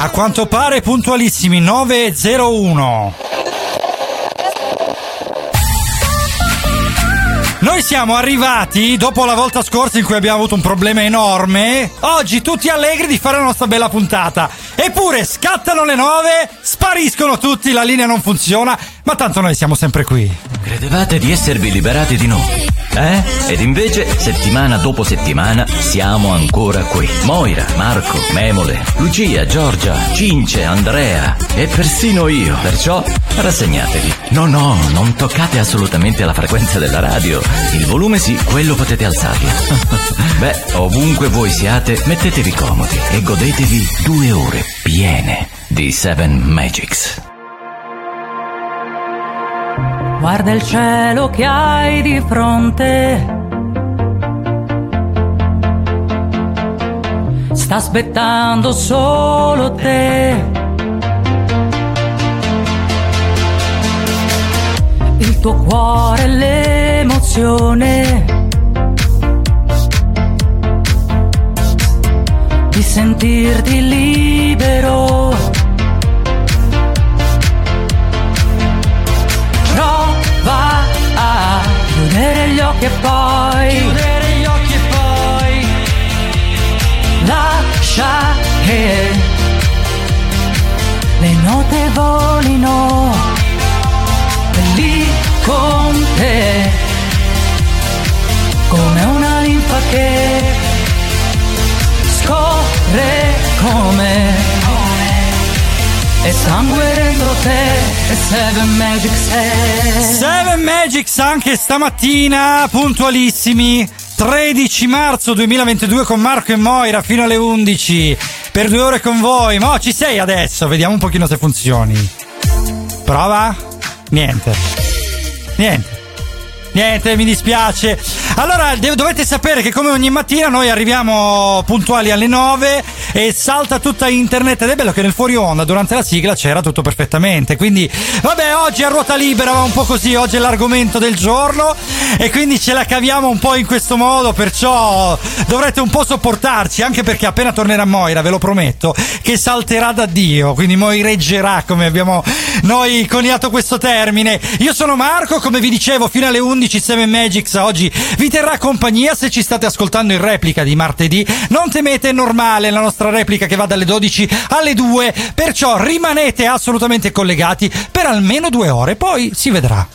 A quanto pare puntualissimi, 9:01. Noi siamo arrivati dopo la volta scorsa in cui abbiamo avuto un problema enorme. Oggi tutti allegri di fare la nostra bella puntata. Eppure scattano le 9, spariscono tutti, la linea non funziona, ma tanto noi siamo sempre qui. Credevate di esservi liberati di noi? Ed invece, settimana dopo settimana, siamo ancora qui. Moira, Marco, Memole, Lucia, Giorgia, Cince, Andrea e persino io. Perciò rassegnatevi. No, non toccate assolutamente la frequenza della radio. Il volume sì, quello potete alzarlo. Beh, ovunque voi siate, mettetevi comodi e godetevi 2 ore piene di Seven Magics. Guarda il cielo che hai di fronte, sta aspettando solo te. Il tuo cuore, l'emozione di sentirti libero. Prova a chiudere gli occhi e poi lascia che le note volino lì con te, come una linfa che scorre come e sangue dentro te. E Seven Magics è Seven Magics anche stamattina, puntualissimi. 13 marzo 2022 con Marco e Moira fino alle 11 per 2 ore con voi. Ma ci sei adesso? Vediamo un pochino se funzioni. Prova? Niente, mi dispiace. Allora dovete sapere che come ogni mattina noi arriviamo puntuali alle 9 e salta tutta internet, ed è bello che nel fuori onda durante la sigla c'era tutto perfettamente. Quindi vabbè, oggi a ruota libera va un po' così, oggi è l'argomento del giorno e quindi ce la caviamo un po' in questo modo, perciò dovrete un po' sopportarci, anche perché appena tornerà Moira, ve lo prometto, che salterà da Dio, quindi moireggerà, come abbiamo noi coniato questo termine. Io sono Marco, come vi dicevo fino alle 11 Seven Magics oggi vi terrà compagnia. Se ci state ascoltando in replica di martedì, non temete, è normale, la nostra replica che va dalle 12 alle 2, perciò rimanete assolutamente collegati per almeno 2 ore, poi si vedrà.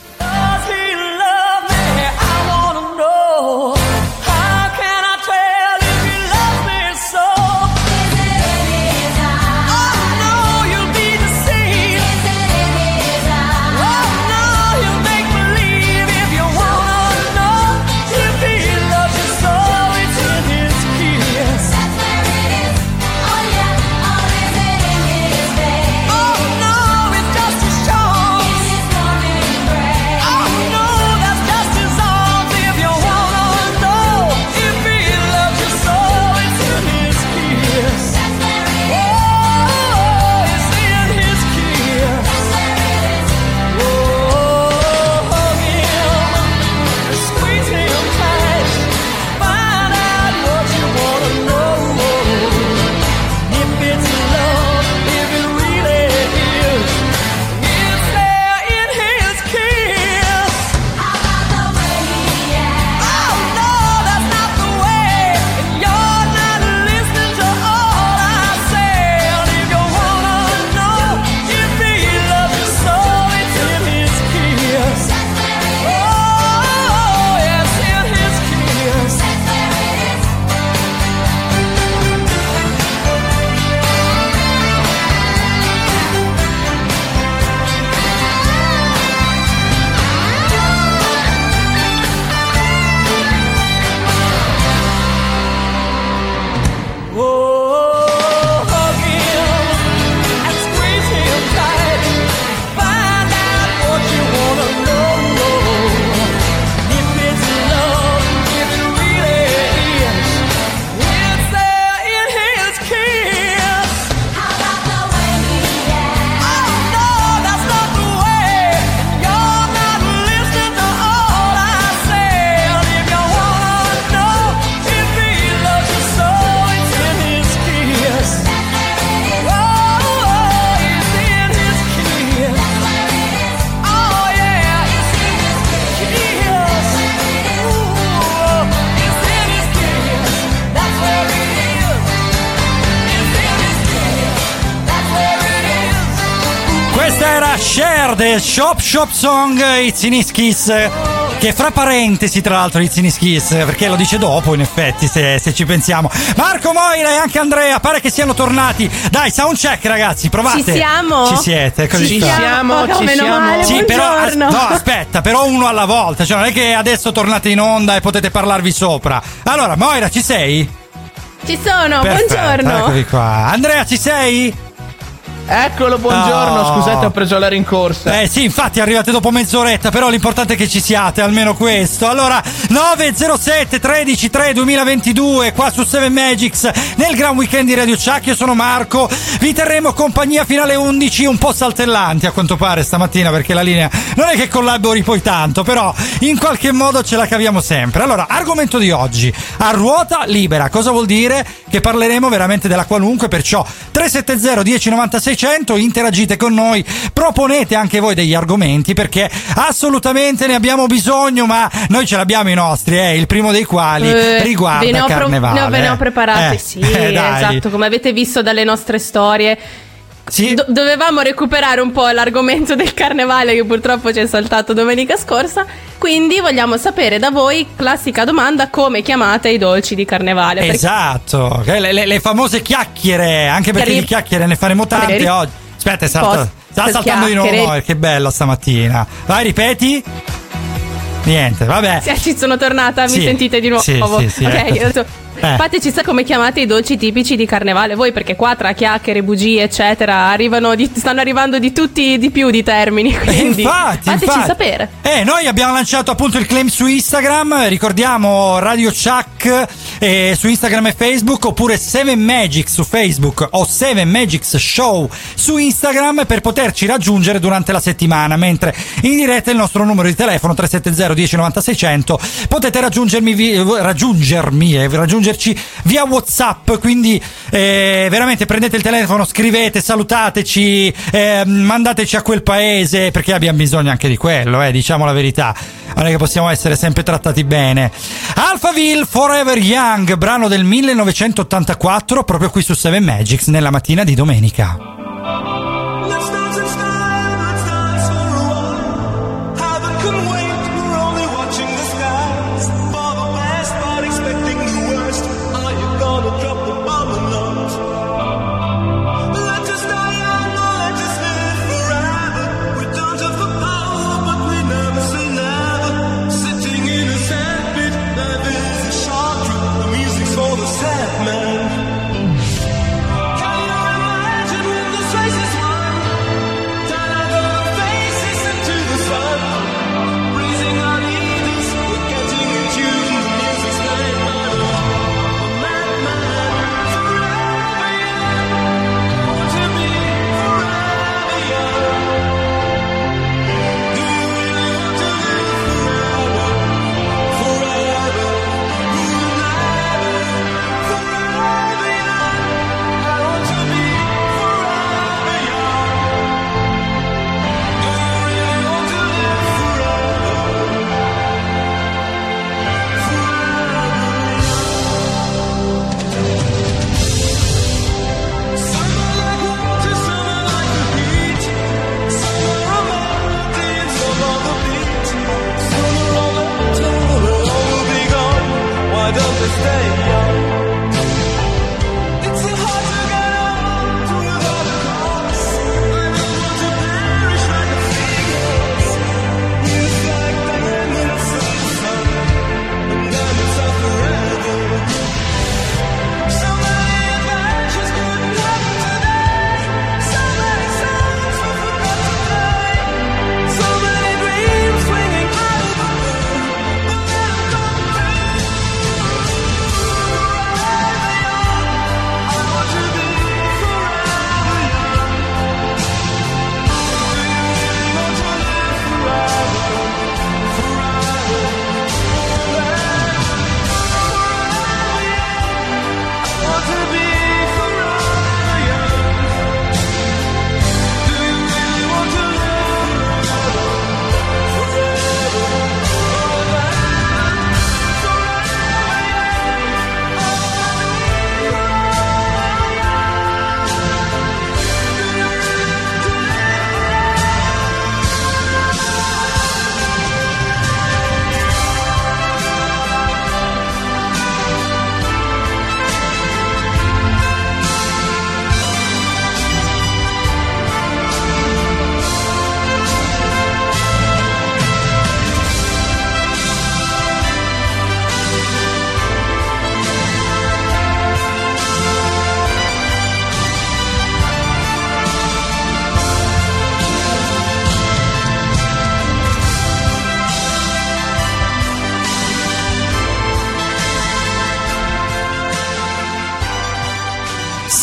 Verde, Shop Song, It's in His Kiss, che fra parentesi tra l'altro It's in His Kiss, perché lo dice dopo in effetti se ci pensiamo. Marco, Moira e anche Andrea pare che siano tornati. Dai, sound check ragazzi, provate. Ci siamo? Ci siete, così Ci siamo. Male, sì, però no, aspetta, però uno alla volta, cioè non è che adesso tornate in onda e potete parlarvi sopra. Allora, Moira, ci sei? Ci sono, perfetto, buongiorno. Eccovi qua. Andrea, ci sei? Eccolo, buongiorno, Oh. scusate, ho preso la rincorsa. Sì, infatti arrivate dopo mezz'oretta, però l'importante è che ci siate, almeno questo. Allora, 907 13 3 2022 qua su 7 Magics nel Gran Weekend di Radio Chuck. Io sono Marco, vi terremo compagnia fino alle 11, un po' saltellanti a quanto pare stamattina, perché la linea non è che collabori poi tanto, però in qualche modo ce la caviamo sempre. Allora, argomento di oggi, a ruota libera. Cosa vuol dire? Che parleremo veramente della qualunque, perciò 370 10 96 100, interagite con noi, proponete anche voi degli argomenti, perché assolutamente ne abbiamo bisogno, ma noi ce l'abbiamo i nostri, il primo dei quali riguarda Carnevale. Ve ne ho preparati, sì, esatto, come avete visto dalle nostre storie. Sì. Dovevamo recuperare un po' l'argomento del Carnevale, che purtroppo ci è saltato domenica scorsa, quindi vogliamo sapere da voi, classica domanda, come chiamate i dolci di Carnevale. Esatto, le famose chiacchiere, anche perché di chiacchiere ne faremo tante oggi. Aspetta, sta saltando di nuovo, che bella stamattina. Vai, ripeti. Niente, vabbè. Sì, ci sono tornata, mi sentite di nuovo? Sì, ok, fateci sapere come chiamate i dolci tipici di Carnevale voi, perché qua tra chiacchiere, bugie eccetera stanno arrivando di tutti di più di termini, quindi fateci sapere. Noi abbiamo lanciato appunto il claim su Instagram, ricordiamo Radio Chuck su Instagram e Facebook, oppure 7 Magics su Facebook o 7 Magics Show su Instagram, per poterci raggiungere durante la settimana, mentre in diretta il nostro numero di telefono 370 10 96 100. Potete raggiungerci via WhatsApp, quindi veramente prendete il telefono, scrivete, salutateci, mandateci a quel paese, perché abbiamo bisogno anche di quello, diciamo la verità, non è che possiamo essere sempre trattati bene. Alphaville Forever Young, brano del 1984, proprio qui su 7 Magics nella mattina di domenica. For the sad man, can you imagine?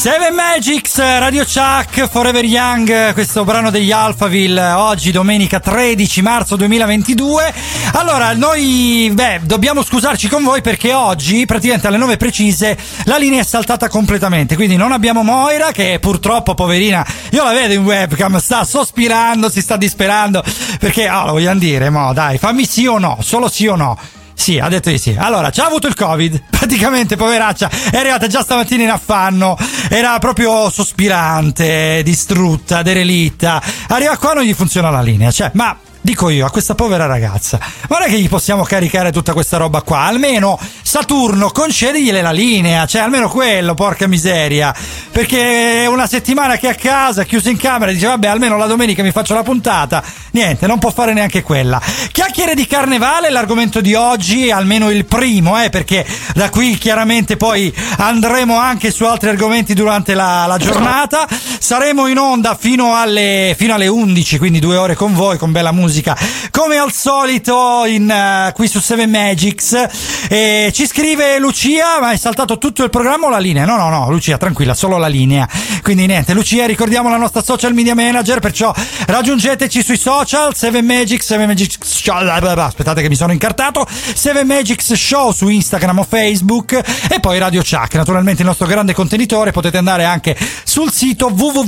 Seven Magics, Radio Chuck, Forever Young, questo brano degli Alphaville, oggi domenica 13 marzo 2022. Allora, noi dobbiamo scusarci con voi perché oggi, praticamente alle 9 precise, la linea è saltata completamente, quindi non abbiamo Moira, che purtroppo, poverina, io la vedo in webcam, sta sospirando, si sta disperando, perché, lo vogliamo dire, dai, fammi sì o no, solo sì o no. Sì, ha detto di sì. Allora, c'ha avuto il Covid, praticamente, poveraccia, è arrivata già stamattina in affanno, era proprio sospirante, distrutta, derelitta. Arriva qua, non gli funziona la linea, ma dico io, a questa povera ragazza, ma non è che gli possiamo caricare tutta questa roba qua? Almeno Saturno, concedigliele la linea, almeno quello, porca miseria, perché è una settimana che è a casa, chiuso in camera, dice vabbè, almeno la domenica mi faccio la puntata. Niente, non può fare neanche quella. Chiacchiere di carnevale, l'argomento di oggi, almeno il primo, perché da qui chiaramente poi andremo anche su altri argomenti durante la giornata. Saremo in onda fino alle 11, quindi 2 ore con voi, con bella musica, come al solito qui su Seven Magics. Ci scrive Lucia, ma è saltato tutto il programma o la linea? No, Lucia, tranquilla, solo la linea. Quindi niente, Lucia, ricordiamo la nostra social media manager, perciò raggiungeteci sui social, Seven Magics aspettate che mi sono incartato, Seven Magics Show su Instagram o Facebook, e poi Radio Chuck, naturalmente il nostro grande contenitore. Potete andare anche sul sito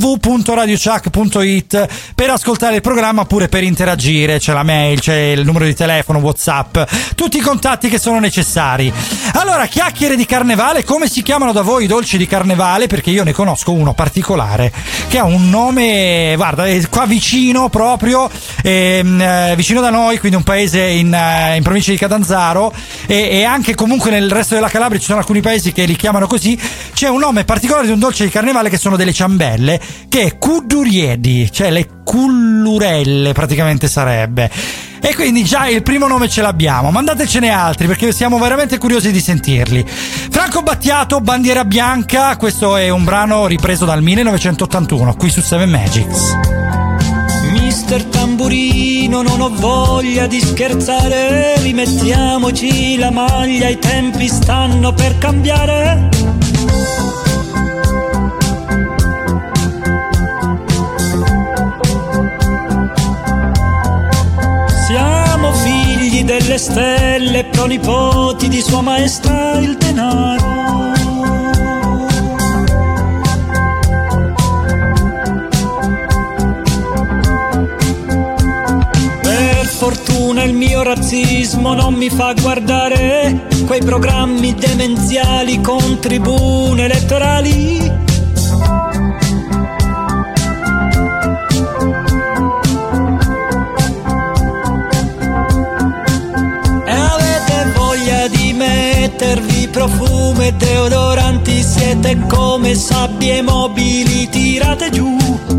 www.radiochuck.it per ascoltare il programma oppure per interagire, c'è la mail, c'è il numero di telefono, WhatsApp, tutti i contatti che sono necessari. Allora, chiacchiere di carnevale, come si chiamano da voi i dolci di carnevale? Perché io ne conosco uno particolare che ha un nome, guarda, è qua vicino proprio, vicino da noi, quindi un paese in provincia di Catanzaro, e anche comunque nel resto della Calabria ci sono alcuni paesi che li chiamano così. C'è un nome particolare di un dolce di carnevale che sono delle ciambelle, che è Cudduriedi, le cullurelle praticamente sarebbe. E quindi già il primo nome ce l'abbiamo, mandatecene altri perché siamo veramente curiosi di sentirli. Franco Battiato, Bandiera Bianca, questo è un brano ripreso dal 1981 qui su Seven Magics. Mister Tamburino, non ho voglia di scherzare, rimettiamoci la maglia, i tempi stanno per cambiare. Siamo figli delle stelle, pronipoti di Sua Maestà il denaro. Per fortuna il mio razzismo non mi fa guardare quei programmi demenziali con tribune elettorali. Mettervi profumo e deodoranti, siete come sabbie mobili tirate giù.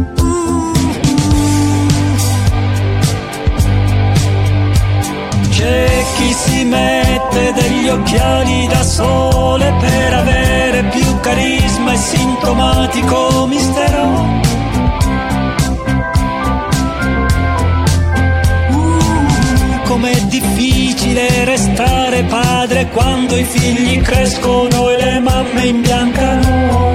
C'è chi si mette degli occhiali da sole per avere più carisma e sintomatico mistero. Com'è difficile restare padre quando i figli crescono e le mamme imbiancano.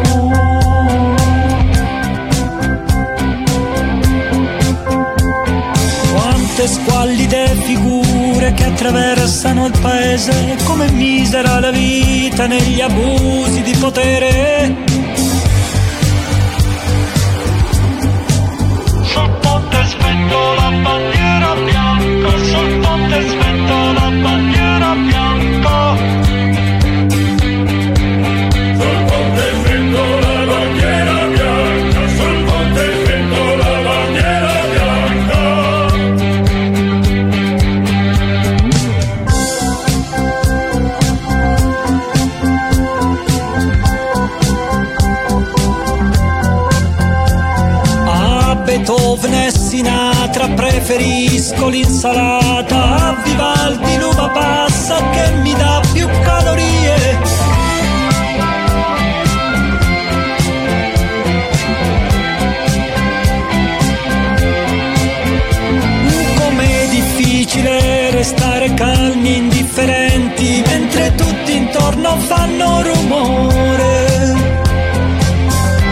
Quante squallide figure che attraversano il paese, come misera la vita negli abusi di potere. Sul ponte spento la bandiera bianca, sul ponte spento la bandiera bianca. Sul ponte spento la bandiera bianca, sul ponte spento la bandiera bianca. A Beethoven e Sinatra preferisco l'insalata, a Vivaldi l'uva passa che mi dà più calorie. Com'è difficile restare calmi e indifferenti mentre tutti intorno fanno rumore.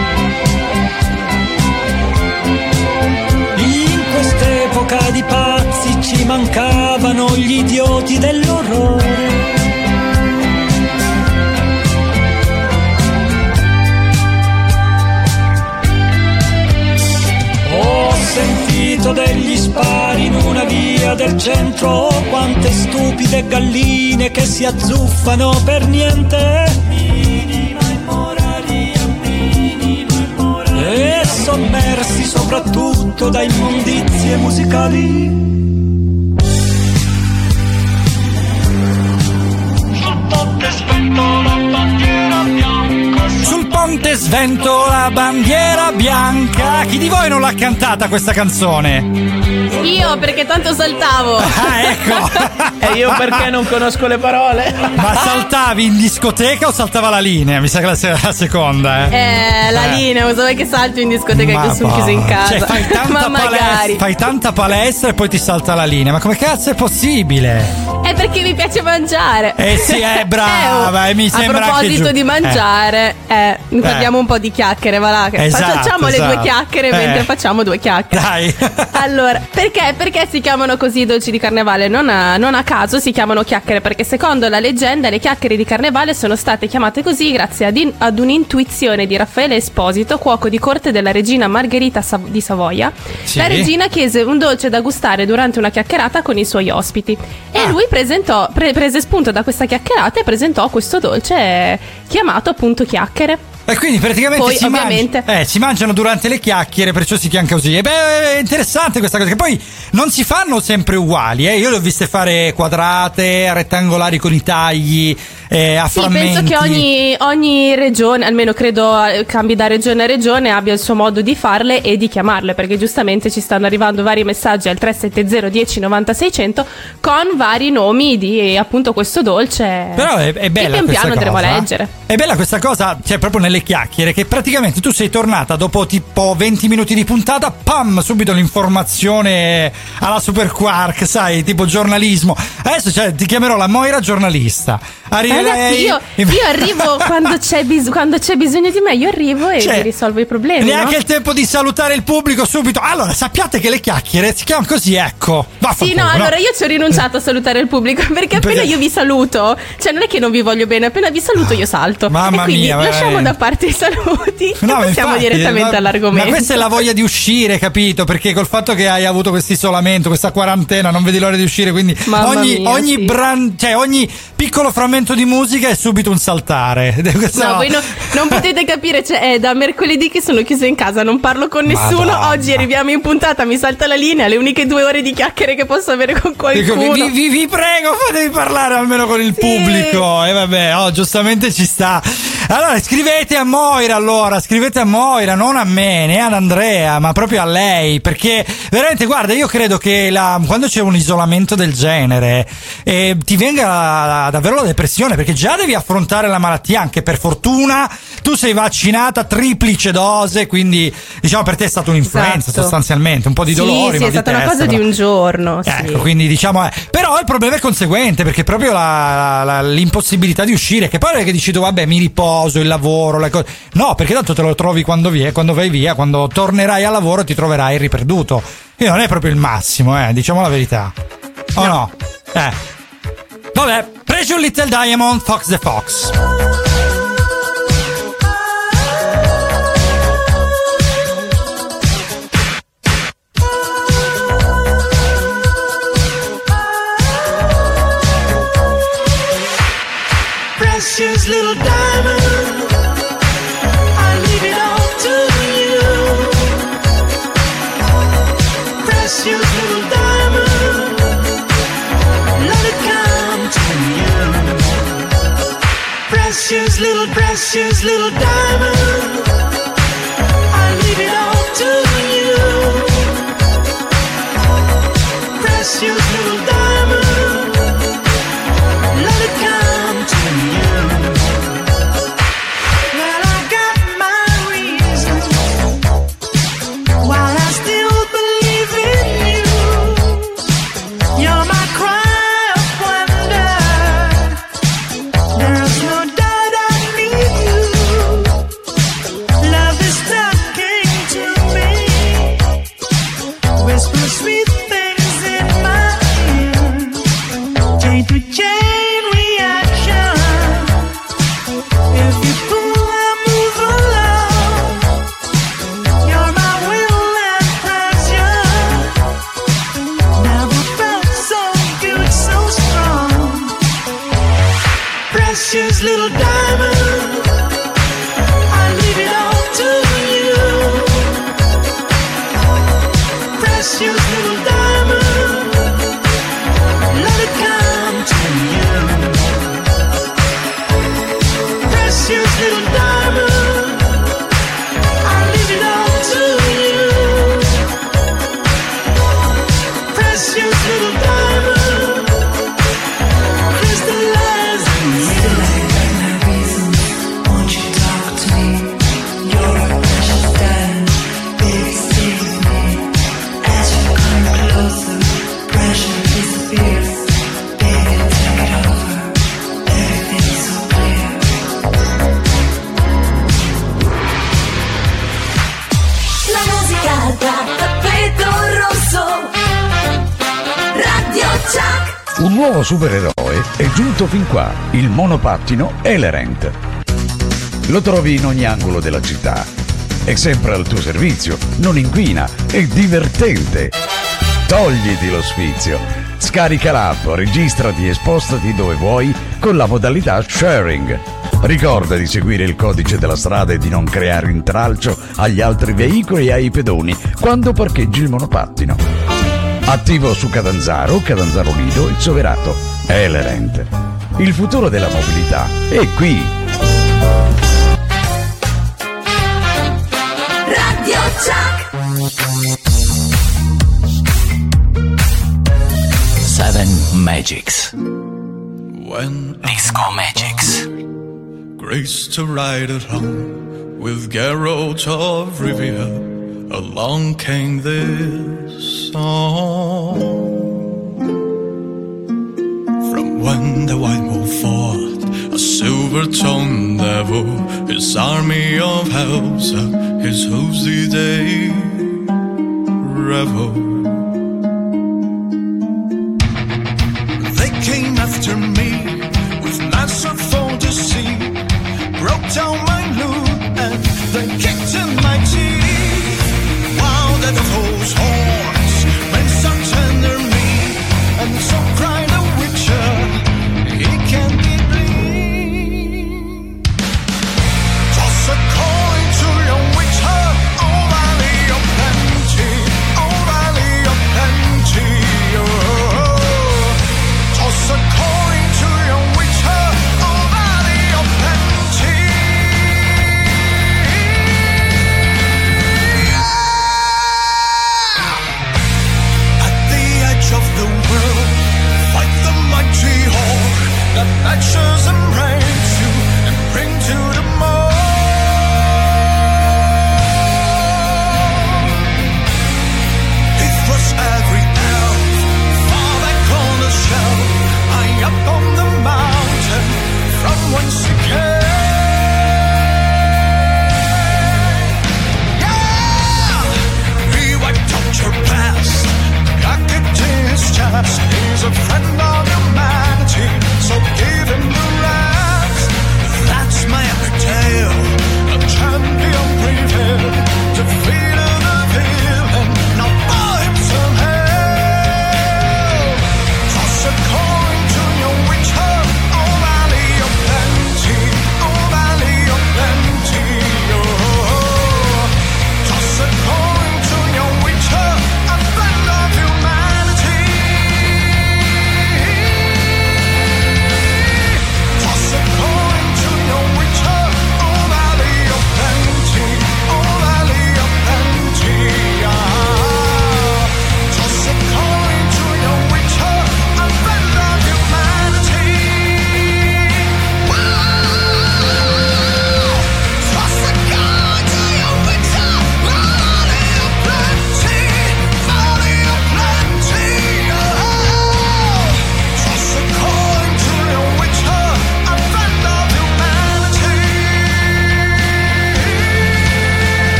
gli idioti dell'orrore. Ho sentito degli spari in una via del centro, quante stupide galline che si azzuffano per niente. Minima immoralità, e sommersi soprattutto da immondizie musicali. Sul ponte svento la bandiera bianca. Chi di voi non l'ha cantata questa canzone? Io, perché tanto saltavo. Ah, ecco. E io perché non conosco le parole. Ma saltavi in discoteca o saltava la linea? Mi sa che la seconda, La linea, so che salto in discoteca che sono chiuso in casa. Cioè, fai tanta palestra e poi ti salta la linea. Ma come cazzo è possibile? È perché mi piace mangiare. Sì, brava. Mi sembra a proposito di mangiare, parliamo un po' di chiacchiere, va là. Esatto, facciamo le due chiacchiere mentre facciamo due chiacchiere. Dai. Allora, perché si chiamano così i dolci di carnevale? Non a caso si chiamano chiacchiere, perché secondo la leggenda le chiacchiere di carnevale sono state chiamate così grazie ad un'intuizione di Raffaele Esposito, cuoco di corte della regina Margherita di Savoia. Sì. La regina chiese un dolce da gustare durante una chiacchierata con i suoi ospiti e lui prese spunto da questa chiacchierata e presentò questo dolce chiamato appunto chiacchiere. E quindi praticamente poi, si mangiano durante le chiacchiere, perciò si chiama così. E è interessante questa cosa, che poi non si fanno sempre uguali. Io le ho viste fare quadrate, rettangolari con i tagli, a frammenti. Penso che ogni regione, almeno credo cambi da regione a regione, abbia il suo modo di farle e di chiamarle, perché giustamente ci stanno arrivando vari messaggi al 370 10 90 600 con vari nomi di appunto questo dolce. Però è bella, che pian piano questa andremo cosa. a leggere. È bella questa cosa, cioè proprio nelle chiacchiere, che praticamente tu sei tornata dopo tipo 20 minuti di puntata, pam, subito l'informazione alla Super Quark, sai, tipo giornalismo. Adesso ti chiamerò la Moira giornalista. Ragazzi, io arrivo quando c'è bisogno di me, io arrivo e vi risolvo i problemi. Neanche no? il tempo di salutare il pubblico subito. Allora, sappiate che le chiacchiere si chiamano così, ecco. Allora io ci ho rinunciato a salutare il pubblico perché appena io vi saluto, cioè non è che non vi voglio bene, appena vi saluto io salto. Mamma e quindi mia, lasciamo da parte i saluti e passiamo direttamente all'argomento. Ma questa è la voglia di uscire, capito? Perché col fatto che hai avuto questo isolamento, questa quarantena, non vedi l'ora di uscire, quindi ogni piccolo frammento di musica è subito un saltare. Voi non potete capire, è da mercoledì che sono chiusa in casa, non parlo con nessuno. Madonna. Oggi arriviamo in puntata, mi salta la linea, le uniche 2 ore di chiacchiere che posso avere con qualcuno. Vi prego, fatevi parlare almeno con il pubblico. E vabbè, giustamente ci sta. Allora scrivete a Moira, non a me né ad Andrea, ma proprio a lei, perché veramente guarda, io credo che quando c'è un isolamento del genere ti venga davvero la depressione, perché già devi affrontare la malattia, anche per fortuna tu sei vaccinata triplice dose, quindi diciamo per te è stata un'influenza, sostanzialmente un po' di dolori, ma è stata una cosa di un giorno, ecco, quindi diciamo però il problema è conseguente, perché proprio l'impossibilità di uscire, che poi non è che dici tu vabbè mi riposo, il lavoro, le cose. No, perché tanto te lo trovi quando vai via, quando tornerai al lavoro ti troverai riperduto. E non è proprio il massimo, diciamo la verità. O no? Vabbè, Precious Little Diamond, Fox the Fox. Precious little diamond, I leave it all to you. Precious little diamond, let it come to you. Precious little diamond, I leave it all to you. Precious little diamond, let it come to you. Well, I got my reasons why I still believe in you. You're my cry of wonder. There's no doubt I need you. Love is talking to me. fight the chain reaction. If you pull, I move along. You're my will and passion. Never felt so good, so strong. Precious little diamond, I leave it all to you. Precious little diamond, let it come to you. Precious little diamond, I leave it all to you. Precious little diamond, crystallize in you. Won't you talk to me? You're a precious diamond, baby, stay with me. As you come closer, pressure disappears. Baby, take it over, everything's so clear. La musica da tappeto rosso. Radio Chuck. Un nuovo supereroe è giunto fin qua, il monopattino Elerent. Lo trovi in ogni angolo della città. È sempre al tuo servizio, non inquina, è divertente. Togliti lo sfizio. Scarica l'app, registrati e spostati dove vuoi con la modalità sharing. Ricorda di seguire il codice della strada e di non creare intralcio agli altri veicoli e ai pedoni quando parcheggi il monopattino. Attivo su Catanzaro, Catanzaro Lido e Soverato. Elerent. Il futuro della mobilità è qui. Radio Chuck. 7 Magics. When Disco Magics. grace to ride along with Geralt of Rivia, along came this song. From when the white wolf fought a silver-tongued devil, his army of hells, his hooves did they revel. They came after me with masterful deceit, broke down my loot and they kicked in my teeth. Wow, the devil's horns went so tender me, and so cried the witcher, he can't be bleed. Toss a coin to your witcher, oh valley of plenty, oh valley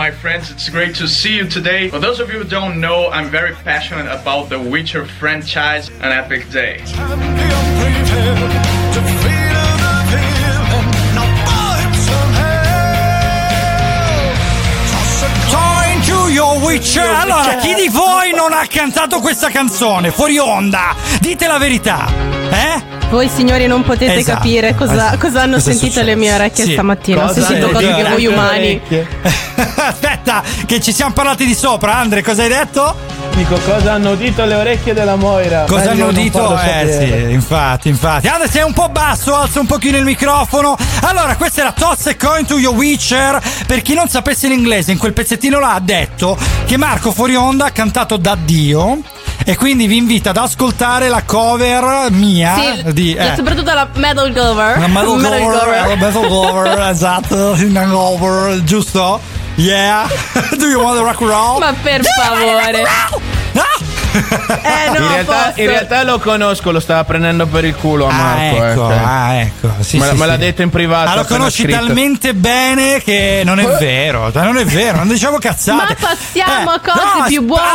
my friends. It's great to see you today. For those of you who don't know, I'm very passionate about the Witcher franchise. An epic day. Join to your Witcher. Allora, chi di voi non ha cantato questa canzone fuori onda? Dite la verità, eh? Voi signori non potete Esatto. capire cosa hanno Cosa sentito le mie orecchie Sì. stamattina. Ho sentito cose che voi umani. Aspetta, che ci siamo parlati di sopra. Andre, cosa hai detto? Dico, cosa hanno udito le orecchie della Moira? Cosa Meglio hanno non udito? farlo sapere. Sì, infatti. Andre, sei un po' basso, alza un pochino il microfono. Allora, questa era Toss a Coin to Your Witcher. Per chi non sapesse l'inglese, in quel pezzettino là ha detto che Marco fuori onda ha cantato Da Dio. E quindi vi invito ad ascoltare la cover mia di soprattutto la Metal Cover. la Metal Cover, esatto, in cover, giusto? Yeah. Do you want the rock and roll? Ma per favore. No, In realtà lo conosco, lo stava prendendo per il culo a Marco. Ecco. Sì, me l'ha detto in privato. Lo conosci scritto. talmente bene che non è vero. Non è vero, non diciamo cazzate. Ma passiamo a cose più buone.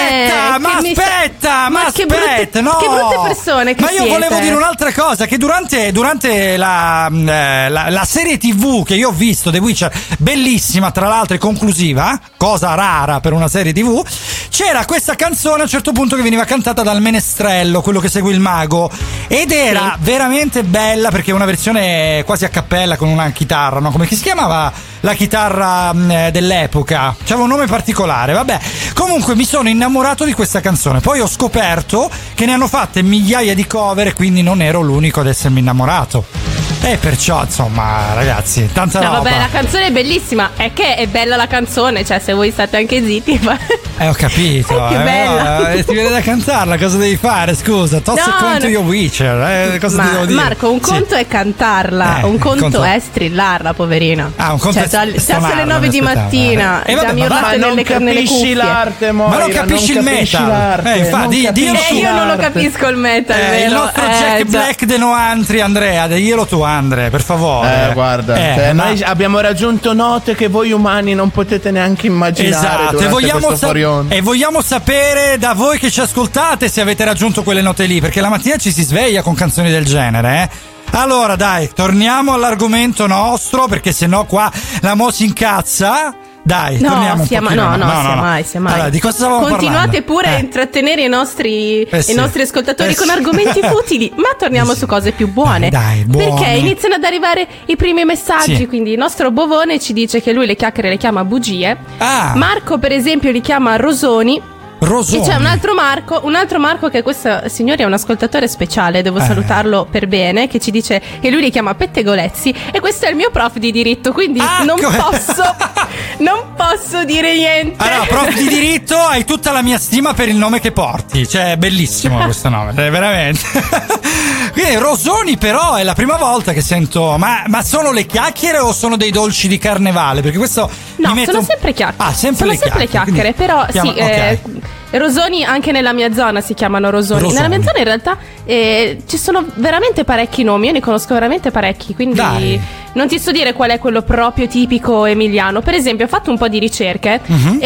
Aspetta. Che brutte persone che Ma io siete. volevo dire un'altra cosa, che durante la serie TV che io ho visto, The Witcher, bellissima tra l'altro e conclusiva, cosa rara per una serie TV, c'era questa canzone a un certo punto che veniva cantata dal menestrello, quello che segue il mago, ed era veramente bella perché è una versione quasi a cappella con una chitarra, no? Come si chiamava la chitarra dell'epoca? C'aveva un nome particolare, vabbè. Comunque mi sono innamorato di questa canzone, poi ho scoperto che ne hanno fatte migliaia di cover e quindi non ero l'unico ad essermi innamorato. E perciò, insomma, ragazzi, tanta roba. Vabbè, la canzone è bellissima. È che è bella la canzone, cioè se voi state anche zitti. Ho capito. Che bella. Ti viene da cantarla, cosa devi fare? Scusa, Toss a Coin to Your Witcher. Cosa ti devo dire? Marco, un conto è cantarla, un conto è strillarla, poverina. Un conto è già alle 9 di mattina. Vabbè, già mi urlate non nelle capisci cuffie. l'arte, Moira, ma non capisci il metal. Infatti, io non lo capisco il metal. Il nostro Jack Black de Noantri, Andrea, diglielo tu, Andre, per favore. Guarda, noi abbiamo raggiunto note che voi umani non potete neanche immaginare. Esatto, e vogliamo sapere da voi che ci ascoltate se avete raggiunto quelle note lì, perché la mattina ci si sveglia con canzoni del genere, Allora, dai, torniamo all'argomento nostro, perché sennò qua la Mo si incazza. Dai, torniamo un pochino. No, sia mai. Allora, di cosa stavamo Continuate parlando? pure a intrattenere i nostri ascoltatori con sì. argomenti futili, ma torniamo su cose più buone. Dai, buone. Perché iniziano ad arrivare i primi messaggi, quindi il nostro Bovone ci dice che lui le chiacchiere le chiama bugie. Marco, per esempio, li chiama rosoni. E c'è un altro Marco che questo signore è un ascoltatore speciale, devo salutarlo per bene, che ci dice che lui li chiama pettegolezzi, e questo è il mio prof di diritto, quindi non posso dire niente. Allora, prof di diritto, hai tutta la mia stima per il nome che porti, cioè è bellissimo questo nome, veramente. Quindi rosoni, però è la prima volta che sento, ma sono le chiacchiere o sono dei dolci di carnevale? Perché questo sono sempre chiacchiere. Sono sempre chiacchiere, però rosoni anche nella mia zona si chiamano rosoni. Nella mia zona in realtà ci sono veramente parecchi nomi, io ne conosco veramente parecchi, quindi non ti so dire qual è quello proprio tipico emiliano. Per esempio ho fatto un po' di ricerche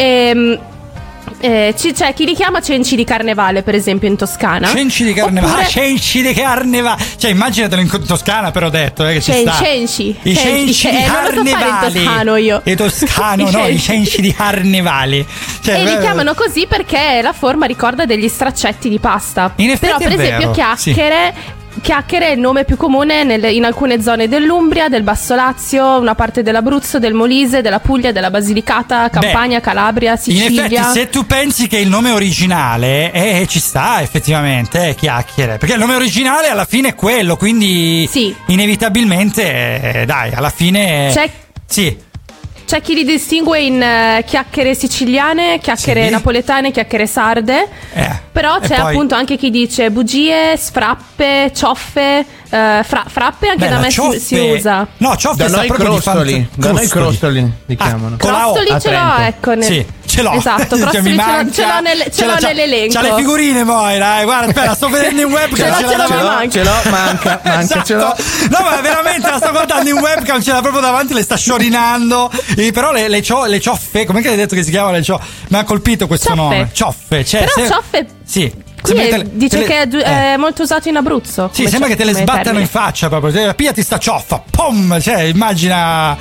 c'è chi li chiama cenci di carnevale, per esempio in Toscana. Cenci di carnevale, cenci di carnevale. Cioè immaginatelo in Toscana, però ho detto che ci sta. Cenci. I cenci di carnevale. Non lo so fare in toscano io. I toscano, i cenci di carnevale. Cioè, e li chiamano così perché la forma ricorda degli straccetti di pasta. In effetti però per esempio chiacchiere è il nome più comune in alcune zone dell'Umbria, del Basso Lazio, una parte dell'Abruzzo, del Molise, della Puglia, della Basilicata, Campania, Calabria, Sicilia. In effetti, se tu pensi che il nome originale ci sta effettivamente, chiacchiere, perché il nome originale alla fine è quello, quindi inevitabilmente dai, alla fine C'è chi li distingue in chiacchiere siciliane, chiacchiere napoletane, chiacchiere sarde. Però c'è appunto anche chi dice bugie, sfrappe, cioffe. Frappe anche da me si usa. No, cioffe da noi crostoli. Da noi crostoli li chiamano. Crostoli ce l'ho, ecco. Ce l'ho. Esatto, Cioè, prossimi mi ce l'ho- manca. ce l'ho nell'elenco. C'ha le figurine Moira, guarda, aspetta, sto vedendo in webcam. Ce l'ho, Ce l'ho, manca, Esatto. ce l'ho. No, ma veramente la sto guardando in webcam, ce l'ha proprio davanti, le sta sciorinando. Però le cioffe, com'è che hai detto che si chiama le cioffe? Mi ha colpito questo Cioffe. nome. Cioffe, cioè. Però cioffe. Sì. Qui Sembra che dice che è molto usato in Abruzzo. Sì, sembra che te le sbattano in faccia proprio. Pigliati sta cioffa, pom! Cioè, immagina.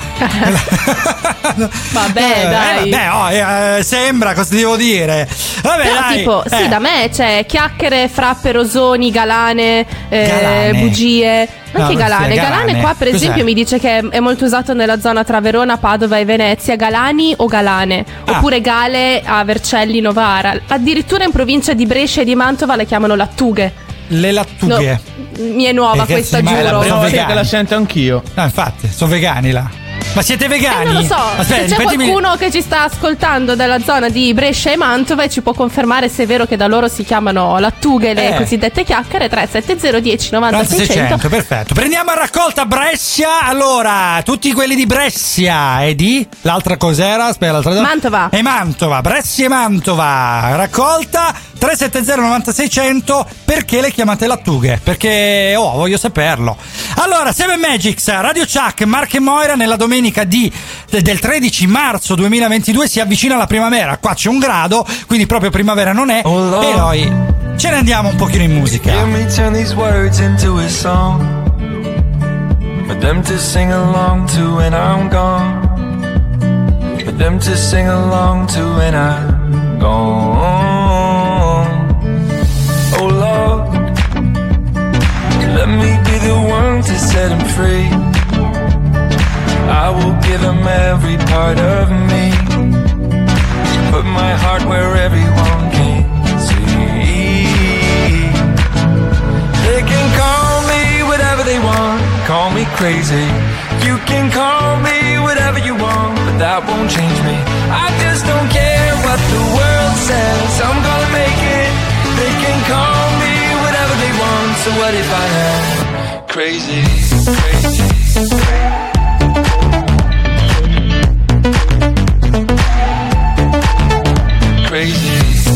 Vabbè, dai. Sembra, cosa ti devo dire? Vabbè, Però dai. tipo, sì, da me c'è chiacchiere, frappe, rosoni, galane, bugie. Anche galane. Galane qua per Cos'è? esempio mi dice che è molto usato nella zona tra Verona, Padova e Venezia. Galani o galane. Oppure gale a Vercelli, Novara. Addirittura in provincia di Brescia e di Mantova le chiamano lattughe. Le lattughe. Mi è nuova questa, ma è la giuro. prima volta Che la sento anch'io. No, infatti, sono vegani là. Ma siete vegani? Non lo so, Aspetta, se c'è ripetimi- qualcuno che ci sta ascoltando dalla zona di Brescia e Mantova e ci può confermare se è vero che da loro si chiamano lattughe, le cosiddette chiacchiere. 370 10 90 600. Perfetto. Prendiamo a raccolta Brescia. Allora, tutti quelli di Brescia e di l'altra cos'era? Aspetta, l'altra Mantova. E Mantova, Brescia e Mantova. Raccolta 370 90 600. Perché le chiamate lattughe? Perché voglio saperlo. Allora, Seven Magics, Radio Chuck, Mark e Moira nella domenica del 13 marzo 2022 si avvicina la primavera. Qua c'è 1 grado, quindi proprio primavera non è. E noi ce ne andiamo un pochino in musica. Let me turn these words into a song for them to sing along to when I'm gone. For them to sing along to when I'm gone. Oh Lord, let me be the one to set them free. I will give them every part of me. Put my heart where everyone can see. They can call me whatever they want. Call me crazy. You can call me whatever you want, but that won't change me. I just don't care what the world says. I'm gonna make it. They can call me whatever they want. So what if I am crazy? Crazy. Crazy.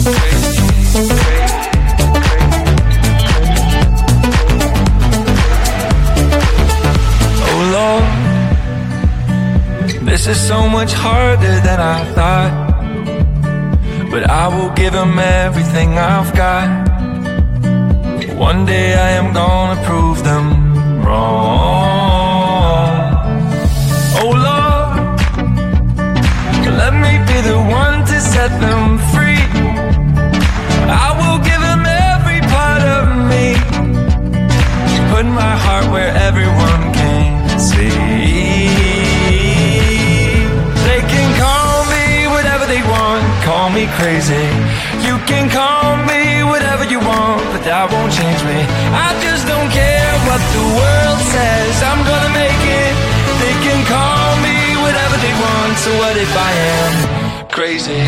Oh Lord, this is so much harder than I thought, but I will give them everything I've got. One day I am gonna prove them wrong. Oh Lord, let me be the one to set them free. I will give them every part of me. Put my heart where everyone can see. They can call me whatever they want. Call me crazy. You can call me whatever you want, but that won't change me. I just don't care what the world says. I'm gonna make it. They can call me whatever they want. So what if I am crazy?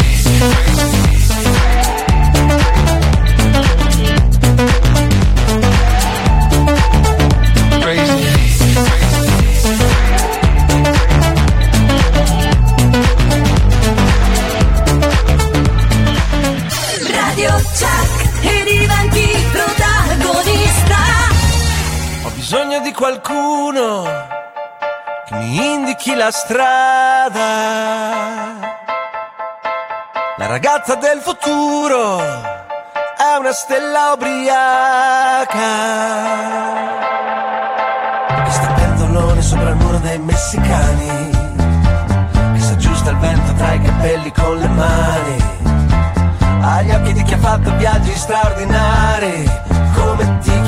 Radio Chuck e diventi protagonista. Ho bisogno di qualcuno che mi indichi la strada. La ragazza del futuro è una stella ubriaca che sta pentolone sopra il muro dei messicani, che s'aggiusta il vento tra i capelli con le mani. Ha gli occhi di chi ha fatto viaggi straordinari. Come ti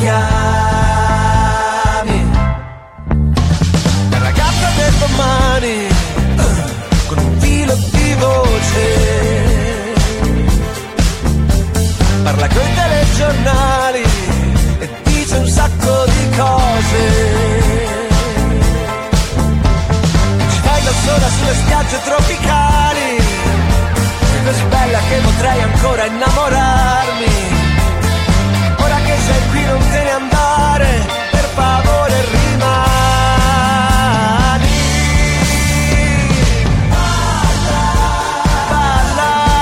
chiami? La ragazza del domani, con un filo di voce, parla coi telegiornali e dice un sacco di cose. Ci fai da sola sulle spiagge tropicali, sei così bella che potrei ancora innamorarmi. Ora che sei qui non te ne andare, per favore rimani. Balla, balla,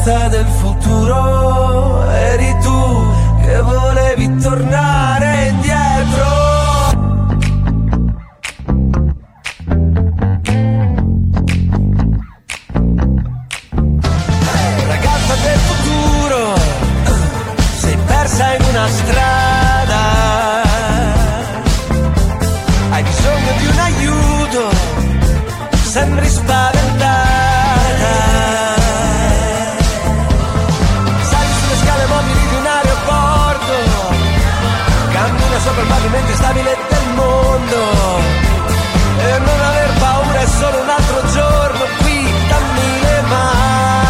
ragazza del futuro, eri tu che volevi tornare indietro. Ragazza del futuro, sei persa in una strada, hai bisogno di un aiuto, sembri spaventata. Sali sulle scale mobili di un aeroporto, cammina sopra il pavimento stabile del mondo, e non aver paura è solo un altro giorno qui, dammi le mani.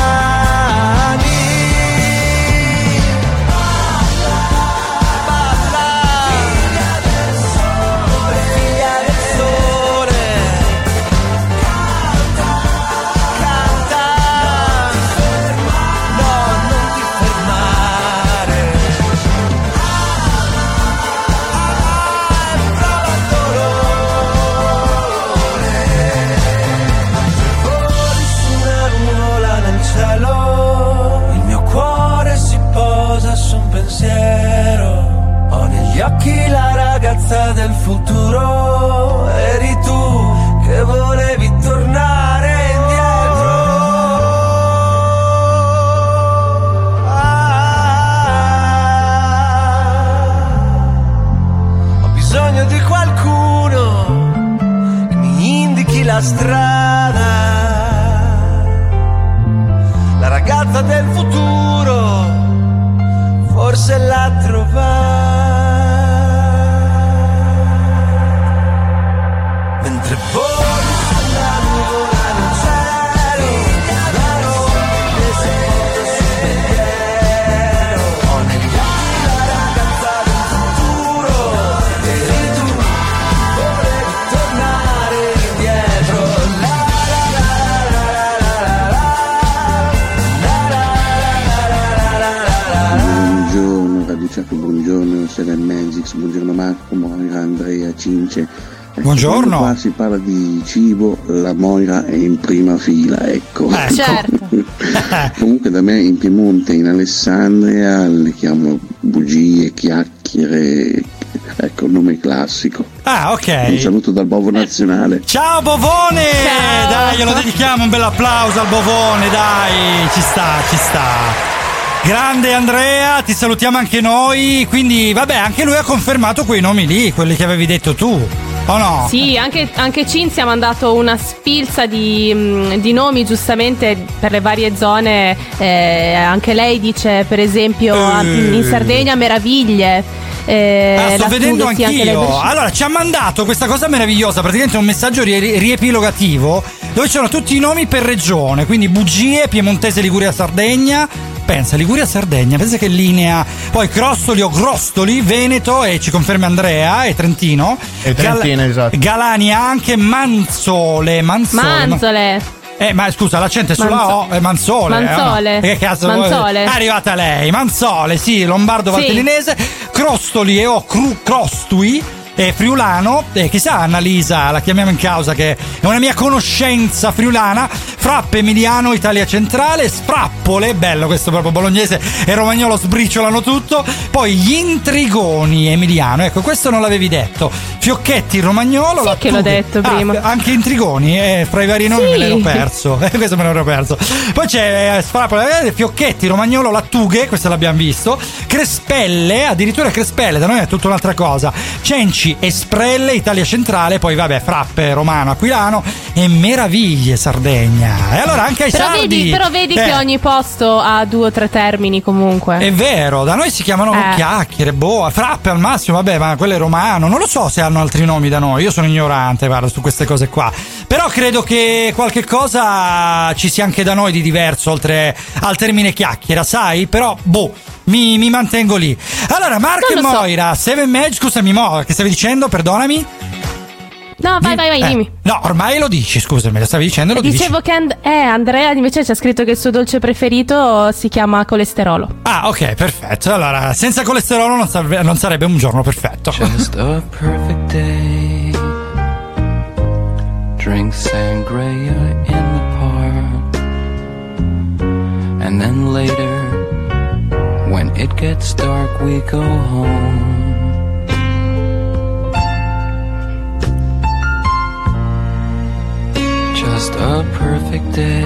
Ho negli occhi la ragazza del futuro, eri tu che volevi tornare indietro. Ho bisogno di qualcuno che mi indichi la strada, la ragazza del futuro forse l'ha trovata. Mentre voli sulla nuvola nel cielo, la notte sento sul pensiero. Ho negli occhi la ragazza del futuro, eri tu, volevi tornare indietro. La la la la la la la la. Buongiorno Radio Chuck, buongiorno Seven Magics, buongiorno Marco, Moira, Andrea, Cince. Buongiorno. Quando qua si parla di cibo, la Moira è in prima fila, ecco. Certo. Comunque da me in Piemonte, in Alessandria, le chiamo bugie, chiacchiere, ecco il nome classico. Ah, ok. Un saluto dal Bovo Nazionale. Ciao Bovone! Ciao. Dai, glielo dedichiamo un bel applauso al Bovone, dai, ci sta, ci sta. Grande Andrea, ti salutiamo anche noi. Quindi, vabbè, anche lui ha confermato quei nomi lì, quelli che avevi detto tu, o no? Sì, anche Cinzia ha mandato una sfilza di nomi giustamente per le varie zone. Anche lei dice, per esempio, in Sardegna Meraviglie. Sto vedendo anch'io. Allora, ci ha mandato questa cosa meravigliosa, praticamente un messaggio riepilogativo dove c'erano tutti i nomi per regione, quindi bugie, Piemontese, Liguria, Sardegna. Pensa, Liguria, Sardegna, pensa che linea. Poi Crostoli o Grostoli, Veneto, e ci conferma Andrea, e Trentino. E Trentino, esatto. Galania anche, Manzole. Ma scusa, l'accento è sulla O, è Manzole. Manzole. Che cazzo? Manzole. È arrivata lei. Manzole, sì, lombardo valtellinese. Crostoli e O Crostui. Friulano, chissà Annalisa, la chiamiamo in causa, che è una mia conoscenza friulana. Frappe Emiliano, Italia centrale. Sfrappole, bello questo, proprio bolognese e romagnolo sbriciolano tutto. Poi gli Intrigoni Emiliano, ecco, questo non l'avevi detto. Fiocchetti romagnolo. Sì, che l'ho detto prima. Anche Intrigoni, fra i vari nomi me l'ero perso. Questo me l'ero perso. Poi c'è Sfrappole, Fiocchetti romagnolo, Lattughe, questo l'abbiamo visto. Crespelle, addirittura Crespelle, da noi è tutta un'altra cosa. Cenci, Esprelle, Italia centrale. Poi vabbè, Frappe Romano, Aquilano e Meraviglie Sardegna. E allora anche ai sardi. Però vedi che ogni posto ha 2 o 3 termini comunque. È vero, da noi si chiamano chiacchiere, Frappe al massimo, vabbè, ma quello è romano. Non lo so se hanno altri nomi da noi, io sono ignorante, guarda, su queste cose qua. Però credo che qualche cosa ci sia anche da noi di diverso, oltre al termine chiacchiera, sai? Però, mi mantengo lì. Allora, Marco e Moira, Seven Magic, scusami, che stavi dicendo? Perdonami. No, vai, dimmi. No, ormai lo dici, scusami, lo stavi dicendo, lo Dicevo dici. che Andrea invece c'è scritto che il suo dolce preferito si chiama colesterolo. Ah, ok, perfetto. Allora, senza colesterolo non sarebbe un giorno perfetto. Just a perfect day. Drink sangria in the park. And And then later, when it gets dark, we go home. Just a perfect day.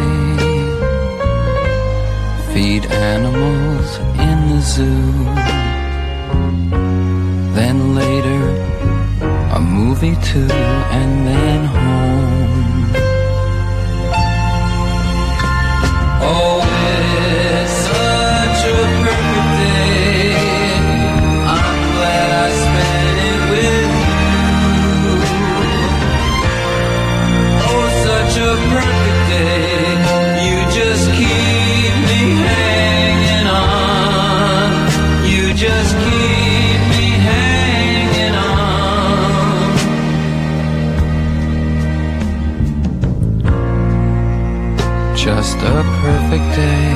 Feed animals in the zoo. Then later, a movie too, and then home. Oh, it's such a perfect day. I'm glad I spent it with you. Oh, such a perfect day. You just keep me hanging on. You just keep me hanging on. Just a perfect day.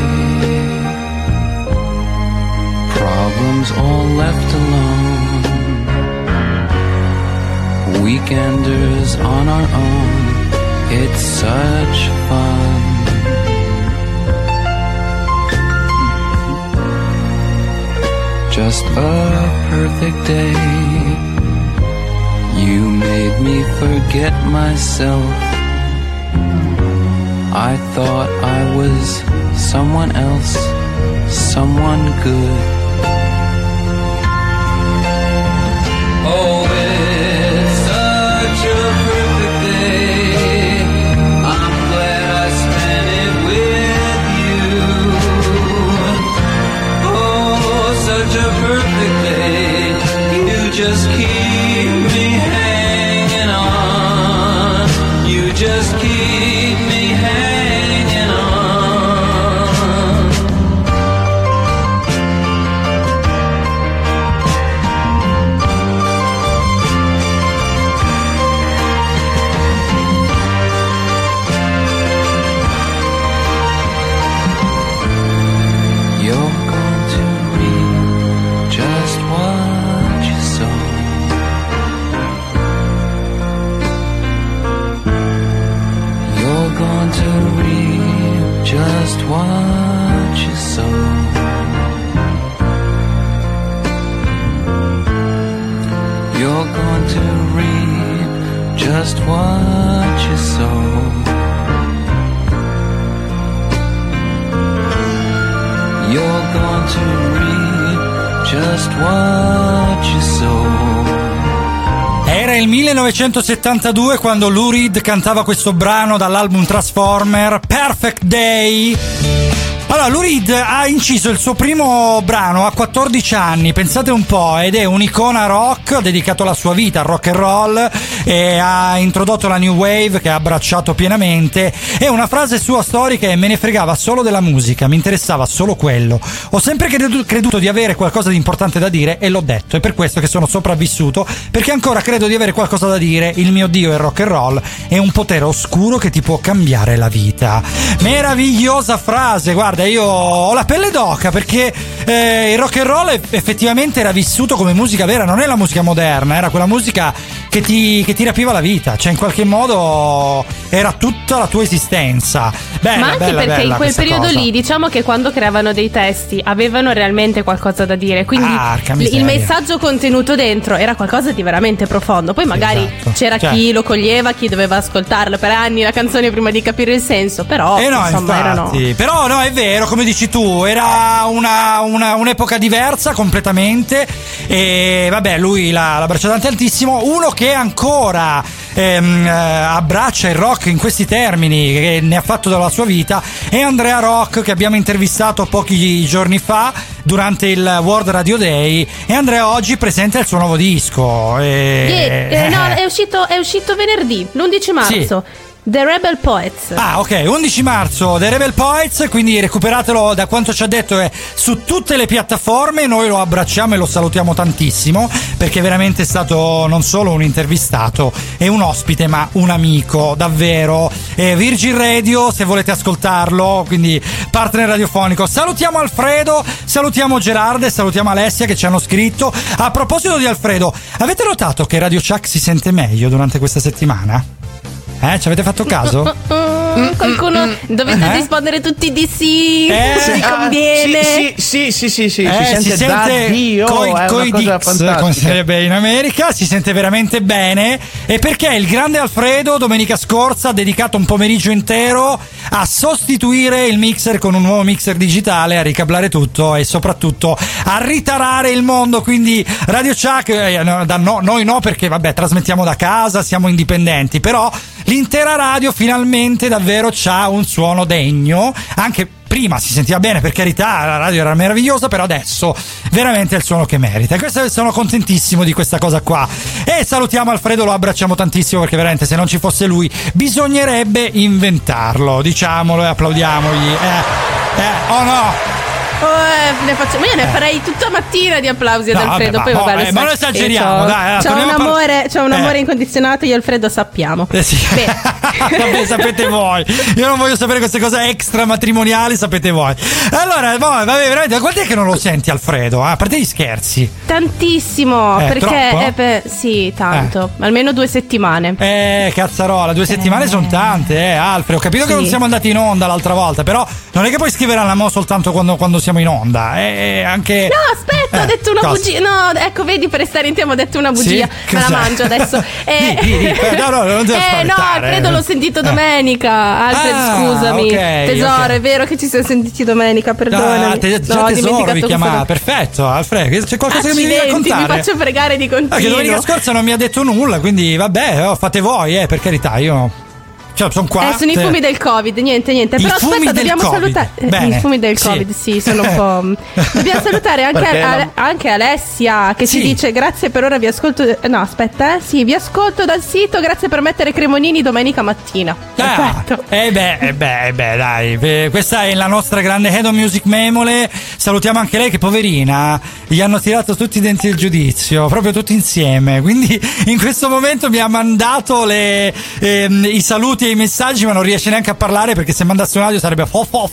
Problems all left alone. Weekenders on our own. It's such fun. Just a perfect day. You made me forget myself. I thought I was someone else, someone good. Oh, it's such a perfect day. I'm glad I spent it with you. Oh, such a perfect day. You just keep me hanging on. You just keep me hanging on. You're going to reap just what you sow. You're going to reap just what you sow. You're going to reap just what you sow. You're going to reap just what you sow. Era il 1972 quando Lou Reed cantava questo brano dall'album Transformer, Perfect Day. Allora, Lou Reed ha inciso il suo primo brano a 14 anni, pensate un po', ed è un'icona rock, ha dedicato la sua vita al rock and roll e ha introdotto la new wave che ha abbracciato pienamente. E una frase sua storica è: me ne fregava solo della musica, mi interessava solo quello. Ho sempre creduto di avere qualcosa di importante da dire e l'ho detto, è per questo che sono sopravvissuto, perché ancora credo di avere qualcosa da dire. Il mio dio è il rock and roll, è un potere oscuro che ti può cambiare la vita. Meravigliosa frase, guarda, io ho la pelle d'oca perché il rock and roll effettivamente era vissuto come musica vera, non è la musica moderna, era quella musica che ti rapiva la vita, cioè in qualche modo era tutta la tua esistenza. Bella, ma anche bella, perché bella in quel periodo cosa. lì, diciamo che quando creavano dei testi avevano realmente qualcosa da dire, quindi Arca miseria. il messaggio contenuto dentro era qualcosa di veramente profondo. Poi magari Esatto. c'era Cioè. chi lo coglieva, chi doveva ascoltarlo per anni la canzone prima di capire il senso, però No, insomma erano. Però no, è vero, come dici tu, era un'epoca diversa completamente. E vabbè, lui l'ha abbracciato tantissimo. Uno che ancora abbraccia il rock in questi termini, che ne ha fatto della sua vita, è Andrea Rock, che abbiamo intervistato pochi giorni fa durante il World Radio Day. E Andrea oggi presenta il suo nuovo disco. No, è uscito venerdì, l'11 marzo. Sì. The Rebel Poets. Ah, ok, 11 marzo The Rebel Poets, quindi recuperatelo, da quanto ci ha detto è su tutte le piattaforme. Noi lo abbracciamo e lo salutiamo tantissimo, perché veramente è stato non solo un intervistato e un ospite, ma un amico, davvero. Virgin Radio, se volete ascoltarlo, quindi partner radiofonico. Salutiamo Alfredo, salutiamo Gerardo e salutiamo Alessia che ci hanno scritto. A proposito di Alfredo, avete notato che Radio Chuck si sente meglio durante questa settimana? Ci avete fatto caso? Qualcuno dovete rispondere tutti di sì. Vi conviene. Sì, si si sente da Dio, coi è una cosa Dix, come fantastica. sarebbe in America, si sente veramente bene. E perché il grande Alfredo domenica scorsa ha dedicato un pomeriggio intero a sostituire il mixer con un nuovo mixer digitale, a ricablare tutto e soprattutto a ritarare il mondo. Quindi Radio Chuck, noi no, perché vabbè, trasmettiamo da casa, siamo indipendenti, però l'intera radio finalmente davvero c'ha un suono degno. Anche prima si sentiva bene, per carità, la radio era meravigliosa, però adesso veramente è il suono che merita. E questo, sono contentissimo di questa cosa qua. E salutiamo Alfredo, lo abbracciamo tantissimo, perché veramente se non ci fosse lui bisognerebbe inventarlo, diciamolo, e applaudiamogli. Oh no! Io ne farei tutta mattina di applausi ad Alfredo. Vabbè, poi vabbè, ma lo esageriamo, dai. C'ho un amore incondizionato, io e Alfredo sappiamo. Sì. Vabbè, sapete voi. Io non voglio sapere queste cose extra matrimoniali, sapete voi. Allora, vabbè, veramente, quant'è che non lo senti Alfredo? A parte gli scherzi. Tantissimo, perché troppo? sì, tanto. Almeno 2 settimane. Cazzarola, 2 settimane sono tante, Alfredo. Ho capito che non siamo andati in onda l'altra volta, però non è che puoi scrivere alla Mo soltanto quando siamo in onda. Anche... No, aspetta, ho detto una bugia. No, ecco, vedi, per stare in tema ho detto una bugia. Sì? Me la mangio adesso. No, non devo spaventare. No, Alfredo l'ho sentito domenica. Alfred, scusami. Okay, tesoro, è vero che ci siamo sentiti domenica, perdonami. Tesoro vi chiama. Perfetto, Alfredo, c'è qualcosa che mi devi raccontare? Mi faccio pregare di continuo. Che domenica scorsa non mi ha detto nulla, quindi vabbè, fate voi, per carità, io... sono qua. Sono i fumi del Covid, niente. Però aspetta, dobbiamo salutare. I fumi del Covid, sì, sono un po'. Dobbiamo salutare anche Alessia, che ci dice: grazie per ora, vi ascolto. No, aspetta, sì, vi ascolto dal sito, grazie per mettere Cremonini domenica mattina. Perfetto. Dai, questa è la nostra grande Head of Music Memole. Salutiamo anche lei, che poverina, gli hanno tirato tutti i denti del giudizio, proprio tutti insieme. Quindi in questo momento mi ha mandato i saluti e i messaggi, ma non riesce neanche a parlare, perché se mandasse un audio sarebbe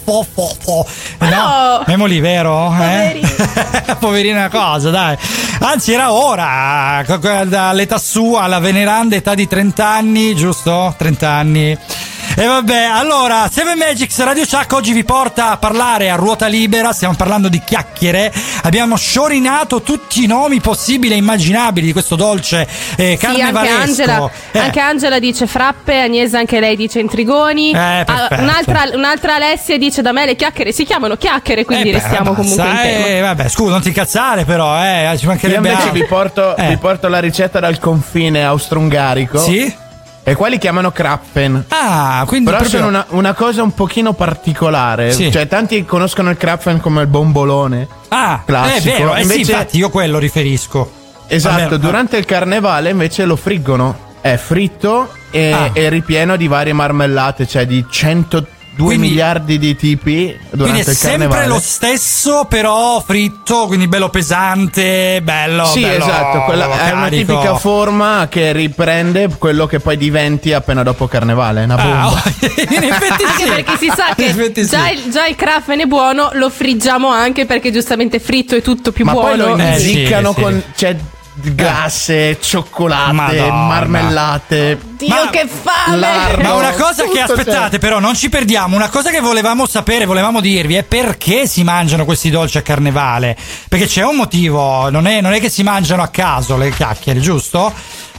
no, Memoli, vero? Poverina cosa, dai. Anzi, era ora, dall'età sua, alla veneranda età di 30 anni, giusto? 30 anni. E vabbè, allora, Seven Magics Radio Chuck oggi vi porta a parlare a ruota libera. Stiamo parlando di chiacchiere. Abbiamo sciorinato tutti i nomi possibili e immaginabili di questo dolce carnevalesco. Anche Angela dice frappe, Agnese anche lei dice intrigoni. Un'altra Alessia dice: da me le chiacchiere si chiamano chiacchiere, quindi restiamo comunque in tema. Vabbè, scusa, non ti incazzare, però, ci mancherebbe. Io invece vi porto la ricetta dal confine austro-ungarico. Sì? E qua li chiamano Krapfen. Quindi però proprio... sono una cosa un pochino particolare. Sì. Cioè, tanti conoscono il Krapfen come il bombolone classico. È vero, invece... sì, infatti io quello riferisco. Esatto, durante il carnevale invece lo friggono. È fritto e ripieno di varie marmellate, cioè di 102 miliardi di tipi durante il carnevale. Sempre lo stesso, però fritto, quindi bello pesante, bello. Sì, bello esatto, quella carico. è una tipica forma che riprende quello che poi diventi appena dopo carnevale, una bomba. In effetti anche perché si sa che già il Krafen è buono, lo friggiamo anche perché giustamente fritto è tutto più buono. Ma poi lo inziccano con glasse, cioccolate, marmellate. Dio, che fame! Ma una cosa che aspettate, però non ci perdiamo, una cosa che volevamo sapere, volevamo dirvi, è perché si mangiano questi dolci a carnevale. Perché c'è un motivo, non è che si mangiano a caso le chiacchiere, giusto?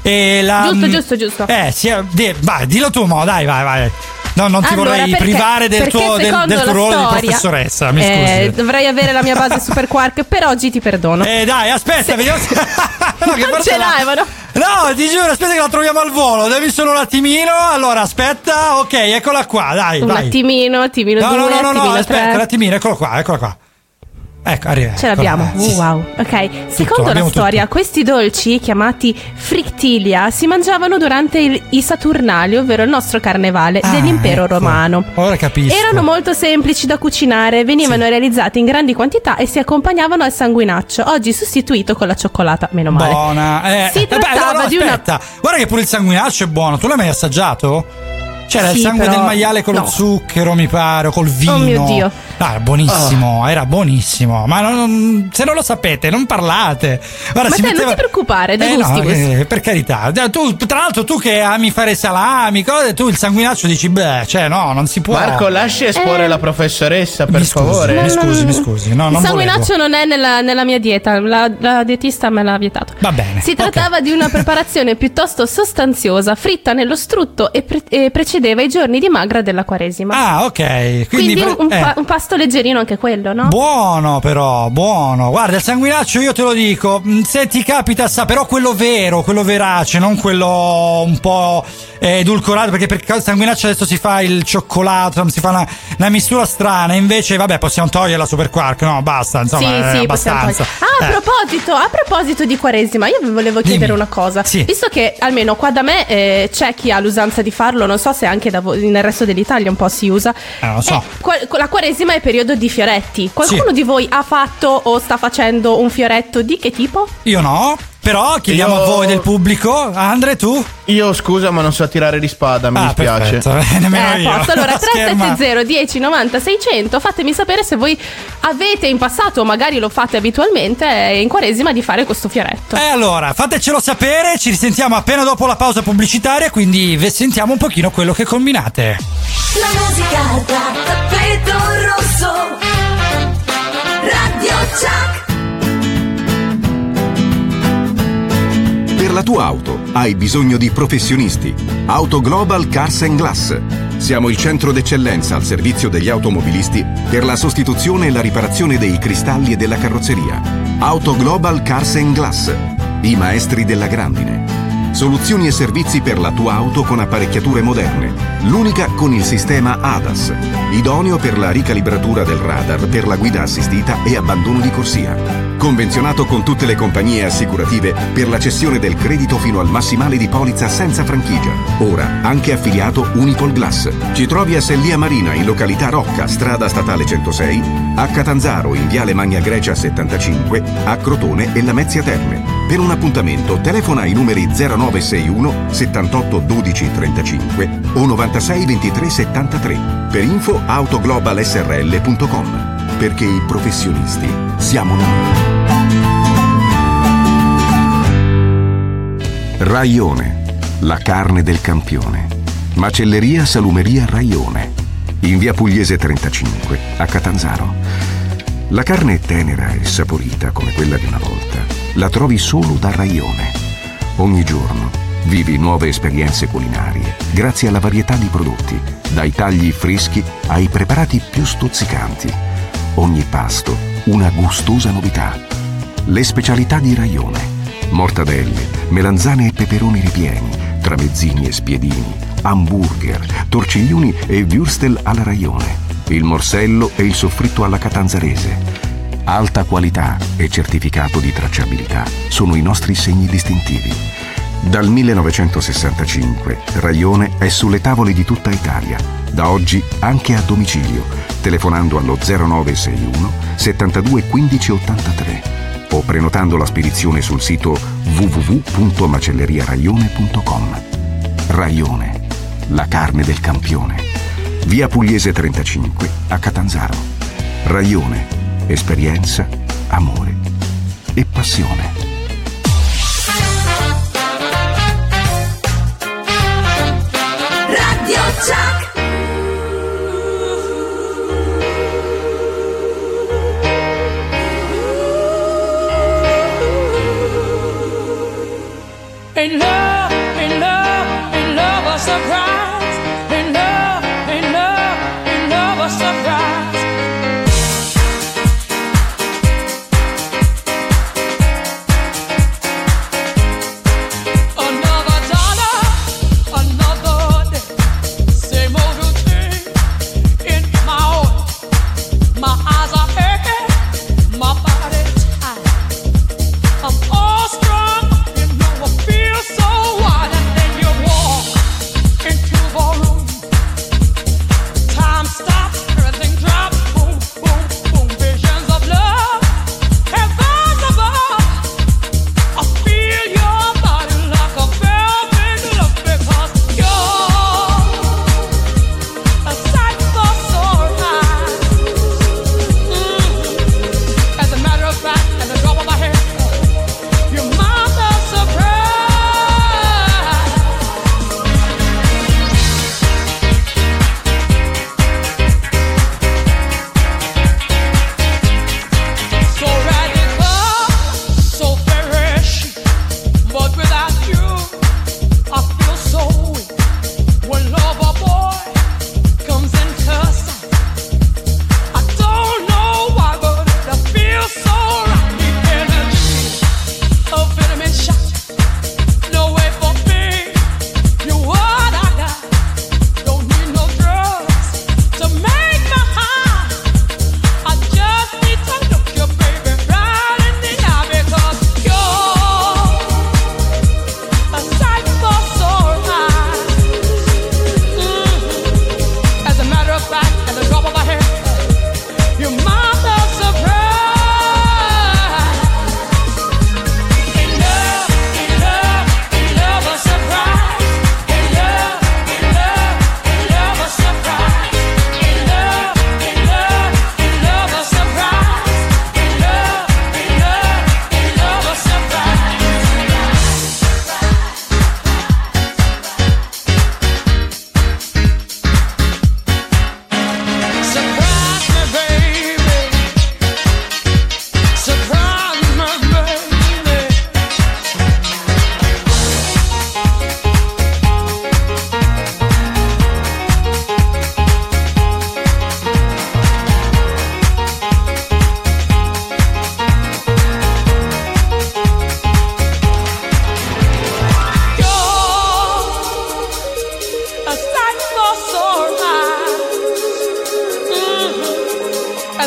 Giusto. Vai, dillo tu, Mo, dai, vai. No, non ti vorrei privare del tuo ruolo di professoressa, mi scusi. Dovrei avere la mia base super quark, per oggi ti perdono. Dai, aspetta, vediamo. Non ce l'hai, ma no. No, ti giuro, aspetta che la troviamo al volo. Devi solo un attimino. Allora, aspetta. Ok, eccola qua, dai. Un attimino, no, aspetta, un attimino, eccola qua. Ecco, arriva. Ce l'abbiamo. Wow. Ok. Secondo la storia, questi dolci, chiamati frictilia, si mangiavano durante i Saturnali, ovvero il nostro carnevale dell'impero romano. Ora capisco. Erano molto semplici da cucinare, venivano realizzati in grandi quantità e si accompagnavano al sanguinaccio, oggi sostituito con la cioccolata, meno male. Buona. Si trattava di aspetta. Guarda che pure il sanguinaccio è buono. Tu l'hai mai assaggiato? C'era Sì, il sangue però- del maiale con lo no. zucchero, mi pare, o col vino. Oh mio Dio. Ah, era buonissimo, era buonissimo. Ma se non lo sapete, non parlate. Guarda, Ma si te metteva... non ti preoccupare, dei no, gusti così. per carità. Tra l'altro, tu che ami fare salami, cose, tu il sanguinaccio dici, beh, cioè, no, non si può. Marco, lasci esporre la professoressa, per Mi scusi, favore. mi scusi. No, Il non sanguinaccio volevo. non è nella mia dieta, la dietista me l'ha vietato. Va bene. Si trattava di una preparazione piuttosto sostanziosa, fritta nello strutto e precedeva i giorni di magra della Quaresima. Ah, ok. Quindi un pasto leggerino anche quello, no? Buono però, buono. Guarda, il sanguinaccio io te lo dico, se ti capita però quello vero, quello verace, non quello un po' edulcorato, perché per il sanguinaccio adesso si fa il cioccolato, si fa una mistura strana, invece vabbè, possiamo togliere la super quark, no, basta, insomma, Sì, abbastanza. A proposito di Quaresima, io vi volevo chiedere Dimmi. una cosa. Sì. Visto che almeno qua da me c'è chi ha l'usanza di farlo, non so se anche nel resto dell'Italia un po' si usa. Non lo so. La Quaresima è periodo di fioretti. Qualcuno di voi ha fatto o sta facendo un fioretto di che tipo? Io no, però chiediamo a voi del pubblico. Andre, tu? Io scusa, ma non so tirare di spada, mi dispiace. Perfetto. Nemmeno io. Posto. Allora Scherma. 370 10 90 600, fatemi sapere se voi avete in passato o magari lo fate abitualmente in Quaresima di fare questo fioretto. E allora, fatecelo sapere, ci risentiamo appena dopo la pausa pubblicitaria, quindi vi sentiamo un pochino quello che combinate. La musica da tappeto rosso. Radio Chuck. Per la tua auto hai bisogno di professionisti. Auto Global Cars and Glass. Siamo il centro d'eccellenza al servizio degli automobilisti per la sostituzione e la riparazione dei cristalli e della carrozzeria. Auto Global Cars and Glass. I maestri della grandine. Soluzioni e servizi per la tua auto con apparecchiature moderne. L'unica con il sistema ADAS, idoneo per la ricalibratura del radar per la guida assistita e abbandono di corsia. Convenzionato con tutte le compagnie assicurative per la cessione del credito fino al massimale di polizza senza franchigia. Ora anche affiliato Unipol Glass. Ci trovi a Sellia Marina in località Rocca, strada statale 106, a Catanzaro in viale Magna Grecia 75, a Crotone e Lamezia Terme. Per un appuntamento telefona ai numeri 0961 78 12 35 o 96 23 73. Per info autoglobalsrl.com. Perché i professionisti siamo noi. Raione, la carne del campione. Macelleria Salumeria Raione, in via Pugliese 35, a Catanzaro. La carne è tenera e saporita come quella di una volta. La trovi solo da Raione. Ogni giorno vivi nuove esperienze culinarie grazie alla varietà di prodotti, dai tagli freschi ai preparati più stuzzicanti. Ogni pasto una gustosa novità. Le specialità di Raione: mortadelle, melanzane e peperoni ripieni, tramezzini e spiedini, hamburger, torciglioni e würstel alla Raione, il morsello e il soffritto alla catanzarese. Alta qualità e certificato di tracciabilità sono i nostri segni distintivi. Dal 1965 Raione è sulle tavole di tutta Italia, da oggi anche a domicilio, telefonando allo 0961 72 15 83 o prenotando la spedizione sul sito www.macelleriaraione.com. Raione, la carne del campione. Via Pugliese 35 a Catanzaro. Raione, esperienza, amore e passione. Radio Chuck. Ain't love, ain't love, ain't love a surprise. Ain't love, ain't love, ain't love a surprise. 370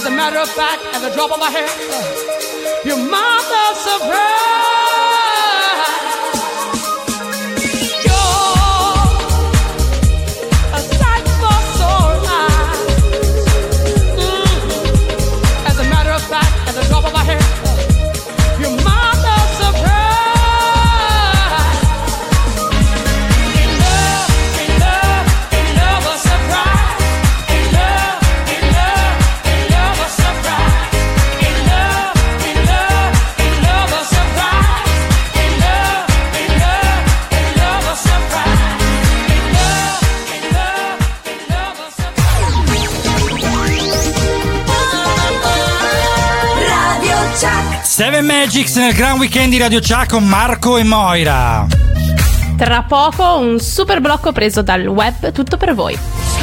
As a matter of fact, at the drop of a hat, your mother's surprise. At the drop of my hair, your mother's surprise. In love, in love, in love, a surprise. In love, in love, in love, a surprise. In love, in love, in love, a surprise. In love, in love, in love, a surprise. In love, in love, in love, a Seven Magics nel Grand Weekend di Radio Chuck con Marco e Moira. Tra poco un super blocco preso dal web, tutto per voi.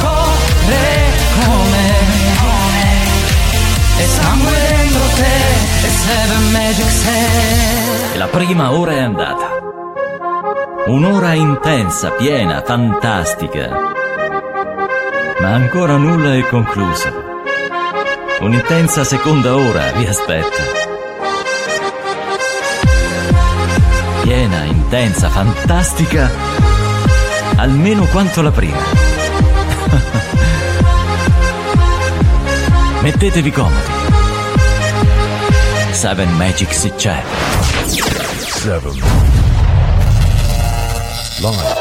E sangue dentro te, e Seven Magics è. E la prima ora è andata. Un'ora intensa, piena, fantastica. Ma ancora nulla è concluso. Un'intensa seconda ora vi aspetta. Piena, intensa, fantastica, almeno quanto la prima. Mettetevi comodi. Seven Magics c'è. Seven Live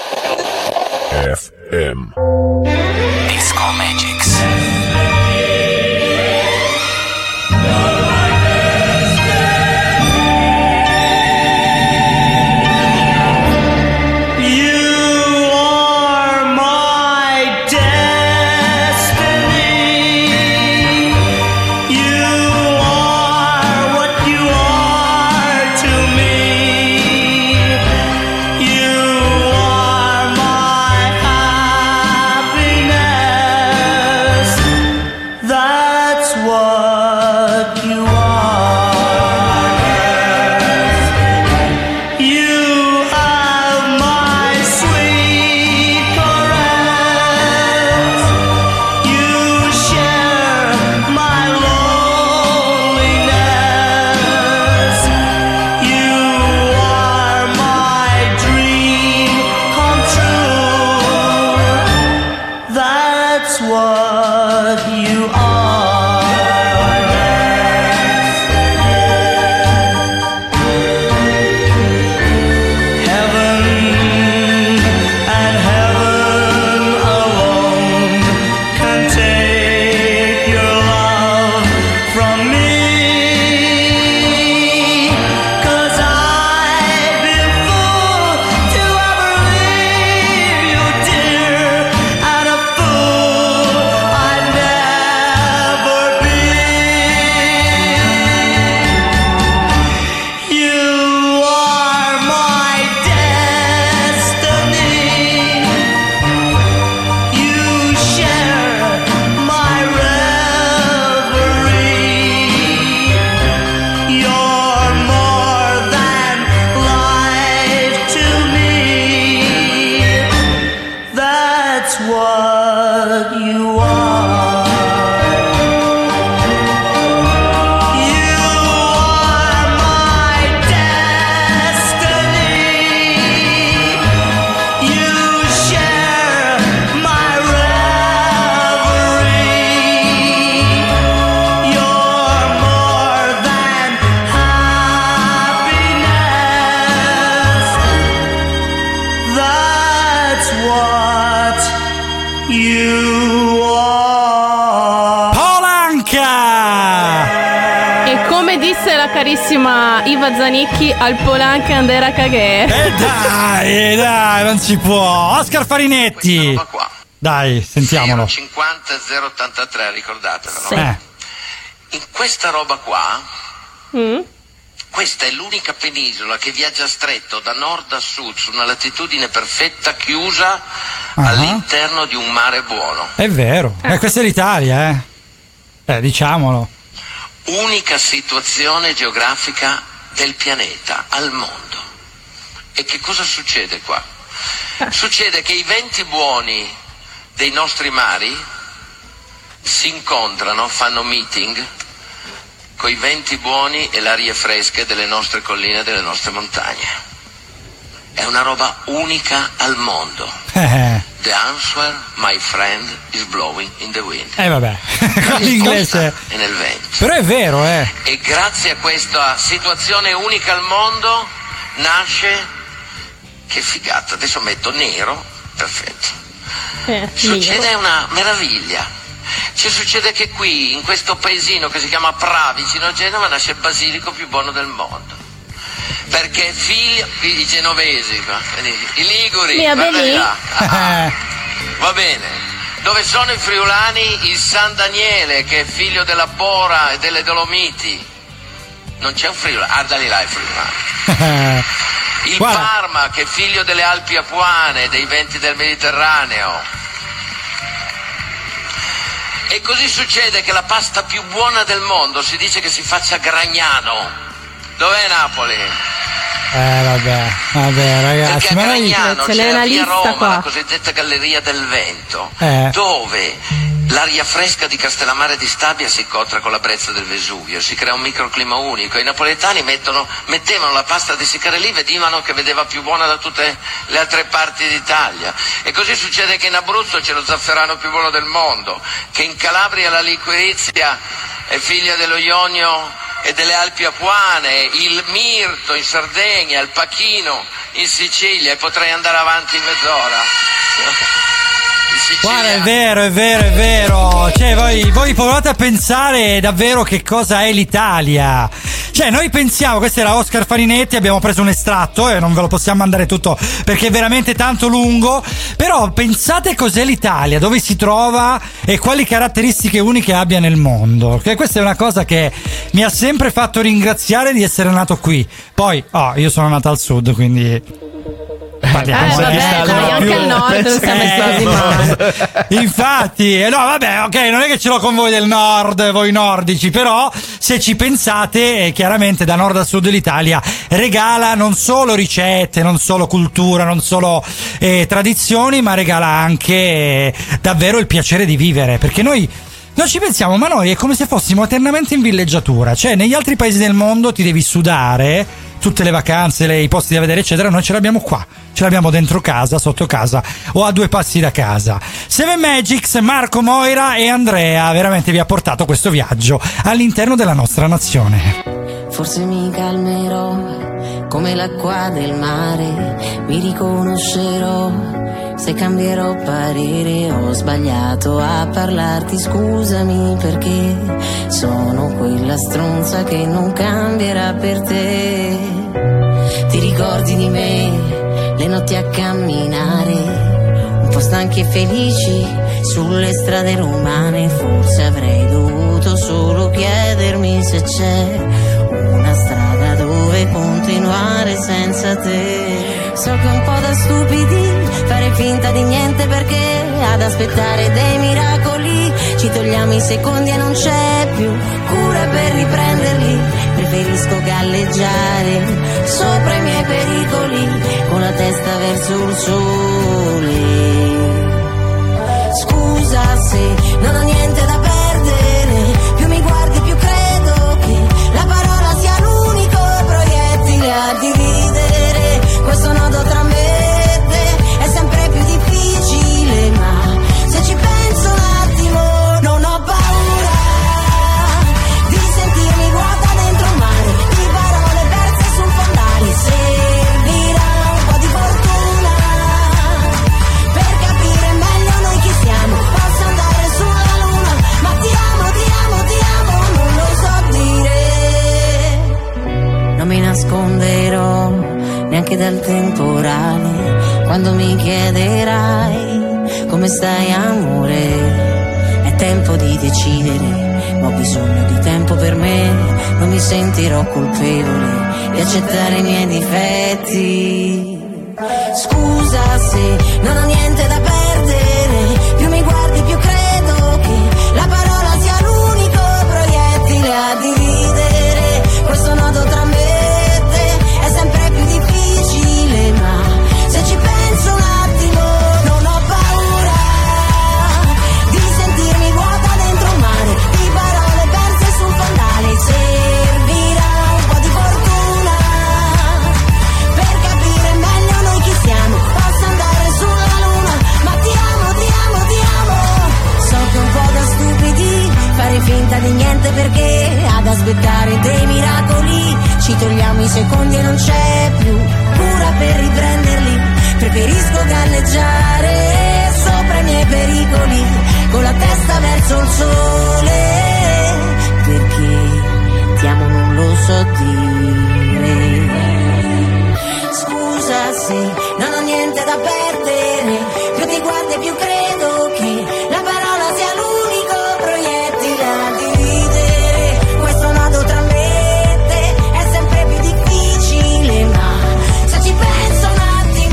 FM Disco Magics. Carissima Iva Zanicchi, al Polanca Andera Caghe. Dai, non si può. Oscar Farinetti. Dai, sentiamolo. 50 083, ricordatelo, sì. No? In questa roba qua, questa è l'unica penisola che viaggia stretto da nord a sud su una latitudine perfetta, chiusa all'interno di un mare buono. È vero, questa è l'Italia, diciamolo. Unica situazione geografica del pianeta, al mondo. E che cosa succede qua? Succede che i venti buoni dei nostri mari si incontrano, fanno meeting coi venti buoni e le arie fresche delle nostre colline e delle nostre montagne. È una roba unica al mondo. The answer, my friend, is blowing in the wind. Vabbè, l'inglese. E nel vento. Però è vero, E grazie a questa situazione unica al mondo nasce, che figata, adesso metto nero, perfetto. Succede una meraviglia. Ci succede che qui, in questo paesino che si chiama Pra, vicino a Genova, nasce il basilico più buono del mondo. Perché figlio, i genovesi, i liguri, va bene. Dove sono i friulani? Il San Daniele, che è figlio della Bora e delle Dolomiti. Non c'è un friulano, dali là il friulano. Il Parma, che è figlio delle Alpi Apuane, dei venti del Mediterraneo. E così succede che la pasta più buona del mondo si dice che si faccia a Gragnano. Dov'è Napoli? Vabbè ragazzi, perché a Gragnano ce c'è n'è una la via lista Roma, qua. la cosiddetta Galleria del Vento, dove l'aria fresca di Castellammare di Stabia si incontra con la brezza del Vesuvio, si crea un microclima unico. I napoletani mettevano la pasta di essiccare lì, vedevano che vedeva più buona da tutte le altre parti d'Italia. E così succede che in Abruzzo c'è lo zafferano più buono del mondo, che in Calabria la liquirizia è figlia dello Ionio e delle Alpi Apuane, il mirto in Sardegna, il pachino in Sicilia, e potrei andare avanti in mezz'ora. Guarda, è vero. Cioè, voi provate a pensare davvero che cosa è l'Italia. Cioè, noi pensiamo, questo era Oscar Farinetti, abbiamo preso un estratto e non ve lo possiamo mandare tutto perché è veramente tanto lungo. Però pensate cos'è l'Italia, dove si trova e quali caratteristiche uniche abbia nel mondo. Che questa è una cosa che mi ha sempre fatto ringraziare di essere nato qui. Poi, io sono nato al sud, quindi parliamo anche al nord non siamo messi così male. Infatti, no, vabbè, ok, non è che ce l'ho con voi del nord, voi nordici, però se ci pensate, chiaramente da nord a sud l'Italia regala non solo ricette, non solo cultura, non solo tradizioni, ma regala anche davvero il piacere di vivere, perché noi non ci pensiamo, ma noi è come se fossimo eternamente in villeggiatura. Cioè, negli altri paesi del mondo ti devi sudare tutte le vacanze, i posti da vedere eccetera, noi ce l'abbiamo qua, ce l'abbiamo dentro casa, sotto casa o a 2 passi da casa. Seven Magics, Marco, Moira e Andrea veramente vi ha portato questo viaggio all'interno della nostra nazione. Forse mi calmerò come l'acqua del mare, mi riconoscerò se cambierò parere. Ho sbagliato a parlarti, scusami, perché sono quella stronza che non cambierà per te. Ti ricordi di me, le notti a camminare, un po' stanchi e felici sulle strade romane. Forse avrei dovuto solo chiedermi se c'è una strada dove continuare senza te. So che è un po' da stupidi fare finta di niente, perché ad aspettare dei miracoli ci togliamo i secondi e non c'è più cura per riprenderli. Preferisco galleggiare sopra i miei pericoli con la testa verso il sole. Scusa se non ho niente da perdere, più mi guardi più credo che la parola sia l'unico proiettile a dividere questo nodo tra me e te. È sempre più difficile, ma se ci penso un attimo non ho paura di sentirmi vuota dentro un mare di parole perse sul fondale. Servirà un po' di fortuna per capire meglio noi chi siamo. Posso andare sulla luna, ma ti amo, non lo so dire. Non mi nasconderò neanche dal temporale quando mi chiederai come stai, amore. È tempo di decidere, ma ho bisogno di tempo per me. Non mi sentirò colpevole di accettare i miei difetti. Scusa se non ho niente da perdere, più mi guardi più credo che la parola sia l'unico proiettile a dividere questo nodo tra me e te. È sempre più difficile, ma se ci penso un attimo non ho paura di sentirmi vuota dentro aspettare dei miracoli, ci togliamo i secondi e non c'è più cura per riprenderli. Preferisco galleggiare sopra i miei pericoli, con la testa verso il sole, perché ti amo non lo so dire. Scusa se non ho niente da perdere, più ti guardo e più credo che la parola sia l'unico proiettile a dividere. Questo nodo tra me e te è sempre più difficile, ma se ci penso un attimo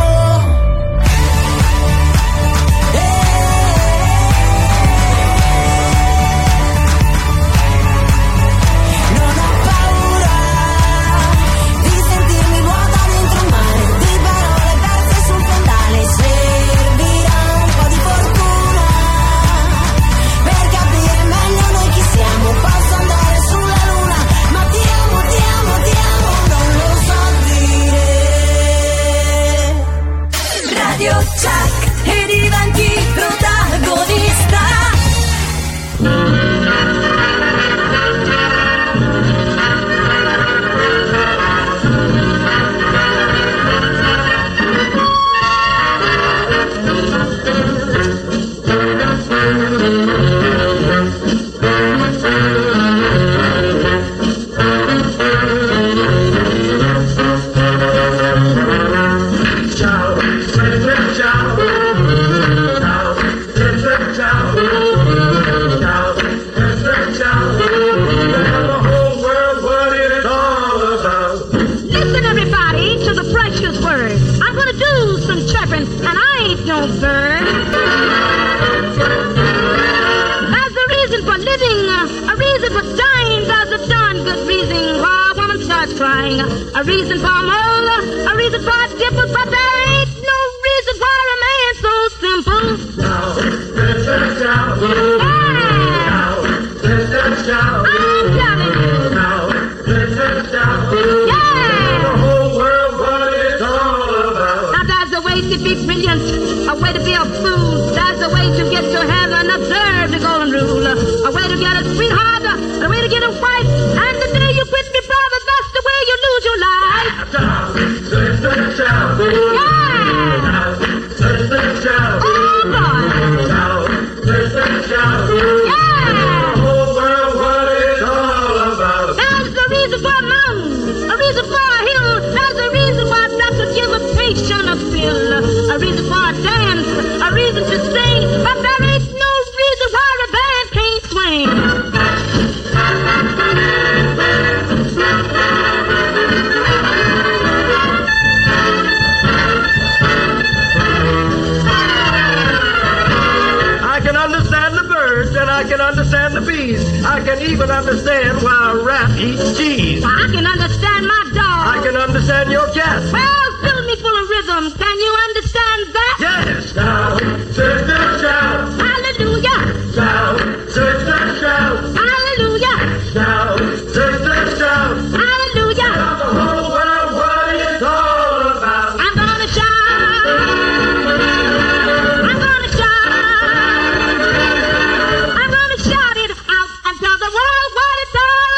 non ho paura di sentirmi vuota dentro un mare di parole perse sul fondale. Servirà un po' di fortuna per capire meglio noi chi siamo. Posso andare sulla luna, ma ti amo, ti amo, ti amo, non lo so dire. Radio Chuck e diventi protagonista. Listen, everybody, to the precious word. I'm gonna do some chirping, and I ain't no bird. There's a reason for living, a reason for dying. There's a darn good reason why a woman starts crying. A reason for murder, a reason for a dimple, but there ain't no reason for a man so simple. I'm telling you. Now there's a way to be brilliant, a way to be a fool. There's a way to get to heaven, observe the golden rule. A way to get a sweetheart, a way to get a wife. And the day you quit me, brother, that's the way you lose your life. Yeah. Oh, boy. Yeah. There's a reason for a mountain, a reason for a hill. There's a reason why doctors give a patient a pill. A reason for a dance, a reason to sing. But there ain't no reason why a band can't swing. I can understand the birds and I can understand the bees. I can even understand why a rat eats cheese. I can understand my dog. I can understand your cat. Well, fill me full of rhythm. Can you understand that? Yes. Shout, sister, shout. Hallelujah. Shout, sister, shout. Hallelujah. Shout, sister, shout. Hallelujah. Tell the whole world what it's all about. I'm gonna shout. I'm gonna shout. I'm gonna shout it out and tell the world what it's all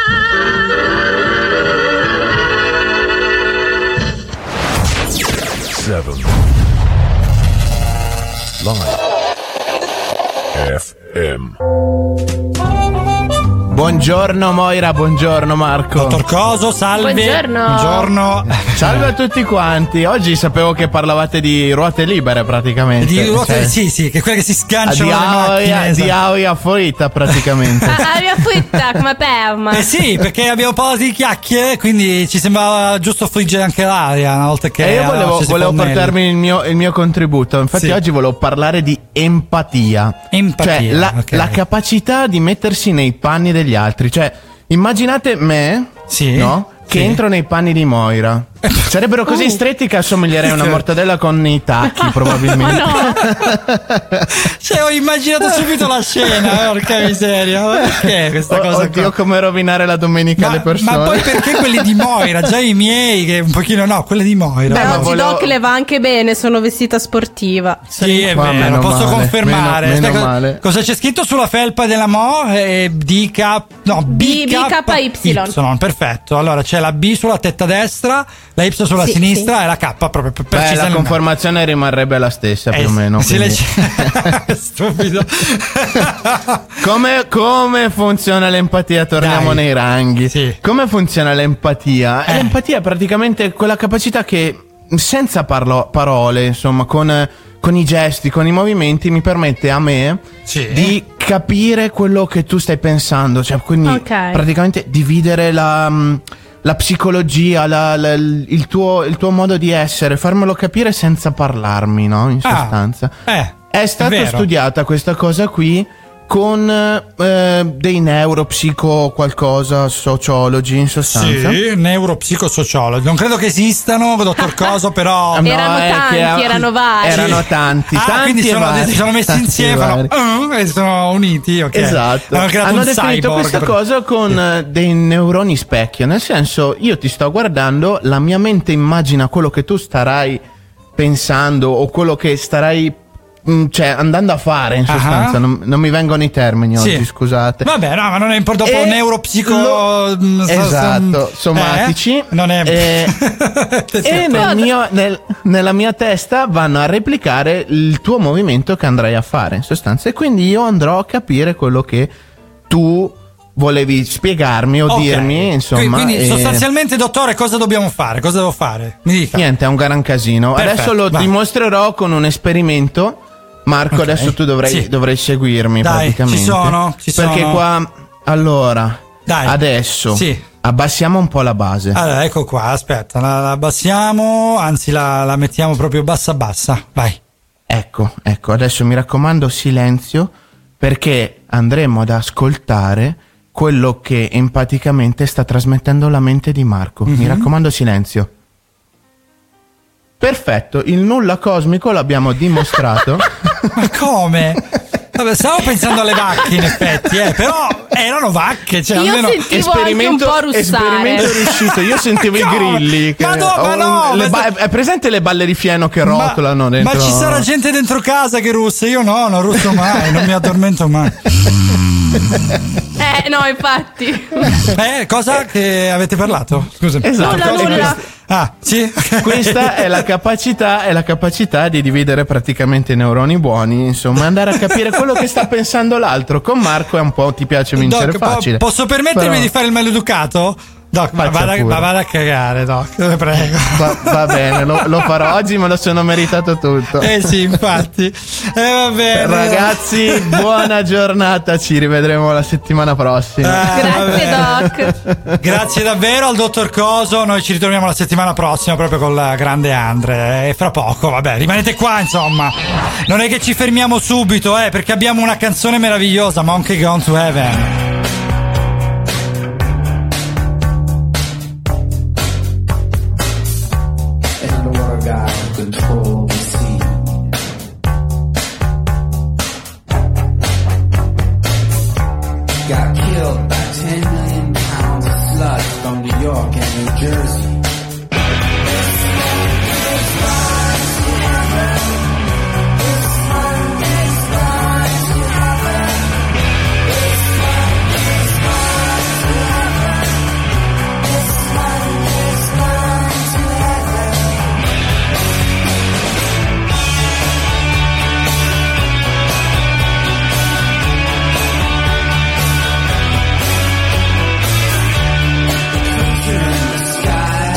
about. 7 Live FM. Buongiorno Moira, buongiorno Marco. Dottor Coso, salve. Buongiorno. Salve a tutti quanti. Oggi sapevo che parlavate di ruote libere praticamente. Di ruote, Cioè, sì, che quelle che si sganciano di dalle macchine. di Aoia Foita praticamente. Aria fritta come perma. Eh sì, perché abbiamo parlato di chiacchiere, quindi ci sembrava giusto friggere anche l'aria una volta che. E io volevo portarmi il mio contributo. Infatti Sì. oggi volevo parlare di empatia. Empatia, Cioè ok. la capacità di mettersi nei panni degli altri. Cioè immaginate me, Sì, no? Che sì. entro nei panni di Moira. Sarebbero così stretti che assomiglierei a una mortadella con i tacchi, probabilmente. Cioè, ho immaginato subito la scena, porca miseria. Ma perché questa cosa? Oddio, come rovinare la domenica alle persone. Ma poi perché quelli di Moira? Già i miei, che un pochino no, quelli di Moira. Beh, oggi Doc le va anche bene, sono vestita sportiva. Sì, è vero, posso confermare. Meno Aspetta, male. cosa c'è scritto sulla felpa della Mo? BKY. Perfetto. Allora c'è la B sulla testa destra, la Y sulla sinistra e la K proprio precisa. La conformazione rimarrebbe la stessa più o meno. Stupido. Come funziona l'empatia? Torniamo nei ranghi. Sì. Come funziona l'empatia? L'empatia è praticamente quella capacità che senza parole, insomma, con i gesti, con i movimenti, mi permette a me di capire quello che tu stai pensando. Cioè, quindi praticamente dividere la psicologia, il tuo modo di essere, farmelo capire senza parlarmi, no? In sostanza. È stata studiata questa cosa qui con dei neuropsico qualcosa, sociologi in sostanza. Sì, neuropsicosociologi. Non credo che esistano, dottor Coso, però erano vari. Erano tanti. Quindi si sono messi insieme e sono uniti. Okay. Esatto. Hanno definito questa cosa con dei neuroni specchio. Nel senso, io ti sto guardando, la mia mente immagina quello che tu starai pensando o quello che starai andando a fare in sostanza. Non mi vengono i termini oggi, scusate. Vabbè, no, ma non è importante. Dopo neuropsico esatto, somatici non è e nella mia testa vanno a replicare il tuo movimento che andrai a fare in sostanza, e quindi io andrò a capire quello che tu volevi spiegarmi o dirmi, insomma. Quindi sostanzialmente, dottore, cosa dobbiamo fare? Cosa devo fare? Mi dica. Niente, è un gran casino. Perfetto, adesso lo dimostrerò con un esperimento. Marco, adesso tu dovrai seguirmi. Dai, praticamente. Ci sono. Perché qua, allora, adesso abbassiamo un po' la base. Allora, ecco qua, aspetta, la abbassiamo, anzi la mettiamo proprio bassa. Vai. Ecco, adesso mi raccomando, silenzio, perché andremo ad ascoltare quello che empaticamente sta trasmettendo la mente di Marco. Mi raccomando, silenzio. Perfetto, il nulla cosmico l'abbiamo dimostrato. Ma come? Vabbè, stavo pensando alle vacche, in effetti, però erano vacche. Cioè, io almeno sentivo anche un po' russare. Esperimento riuscito. Io sentivo i grilli. È presente le balle di fieno che rotolano dentro? Ma ci sarà gente dentro casa che russa. Io non russo mai, non mi addormento mai. No, infatti. Cosa che avete parlato? Scusa. Esatto. Nulla. Sì. Questa è la capacità di dividere praticamente i neuroni buoni, insomma, andare a capire quello che sta pensando l'altro. Con Marco è un po' ti piace vincere facile. Posso permettermi di fare il maleducato? Doc, vada a cagare, Doc, prego. Va bene, lo farò oggi, me lo sono meritato tutto. Sì, infatti. Va bene. Ragazzi, buona giornata, ci rivedremo la settimana prossima. Grazie, Doc. Grazie davvero al dottor Coso. Noi ci ritroviamo la settimana prossima proprio con la grande Andre. E fra poco, vabbè, rimanete qua, insomma. Non è che ci fermiamo subito, perché abbiamo una canzone meravigliosa, Monkey Gone to Heaven. Got killed by 10 million pounds of sludge from New York and New Jersey. Sky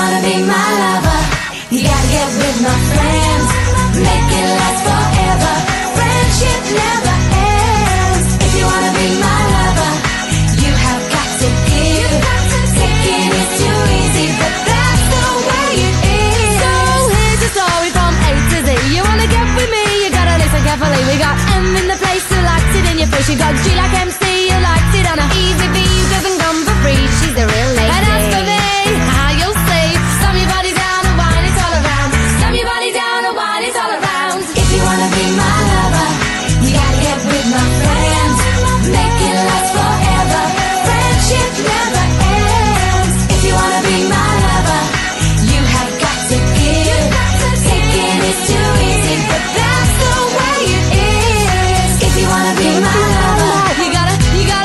wanna be my lover, you gotta get with my friends. Make it last forever. Friendship never ends. If you wanna be my lover, you have got to give. Taking is too easy, but that's the way it is. So here's the story from A to Z. You wanna get with me, you gotta listen carefully. We got M in the place who likes it in your face. You got G like MC, you likes it on a easy V. You doesn't come for free, she's a real lady. And as for me, how you'll see, slam your body down and wine it all around. Slam your body down and wine it all around. If you wanna be my lover, you gotta get with my friends. Make it last forever. Friendship never ends. If you wanna be my lover, you have got to give. Taking is too easy, but that's the way it is. If you wanna be my lover, you gotta.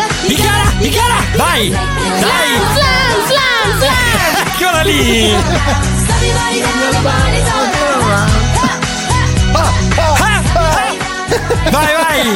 Vai! Dai! Slam, slam, slam. Eccola lì! Slam your body down and wine it all around. Vai!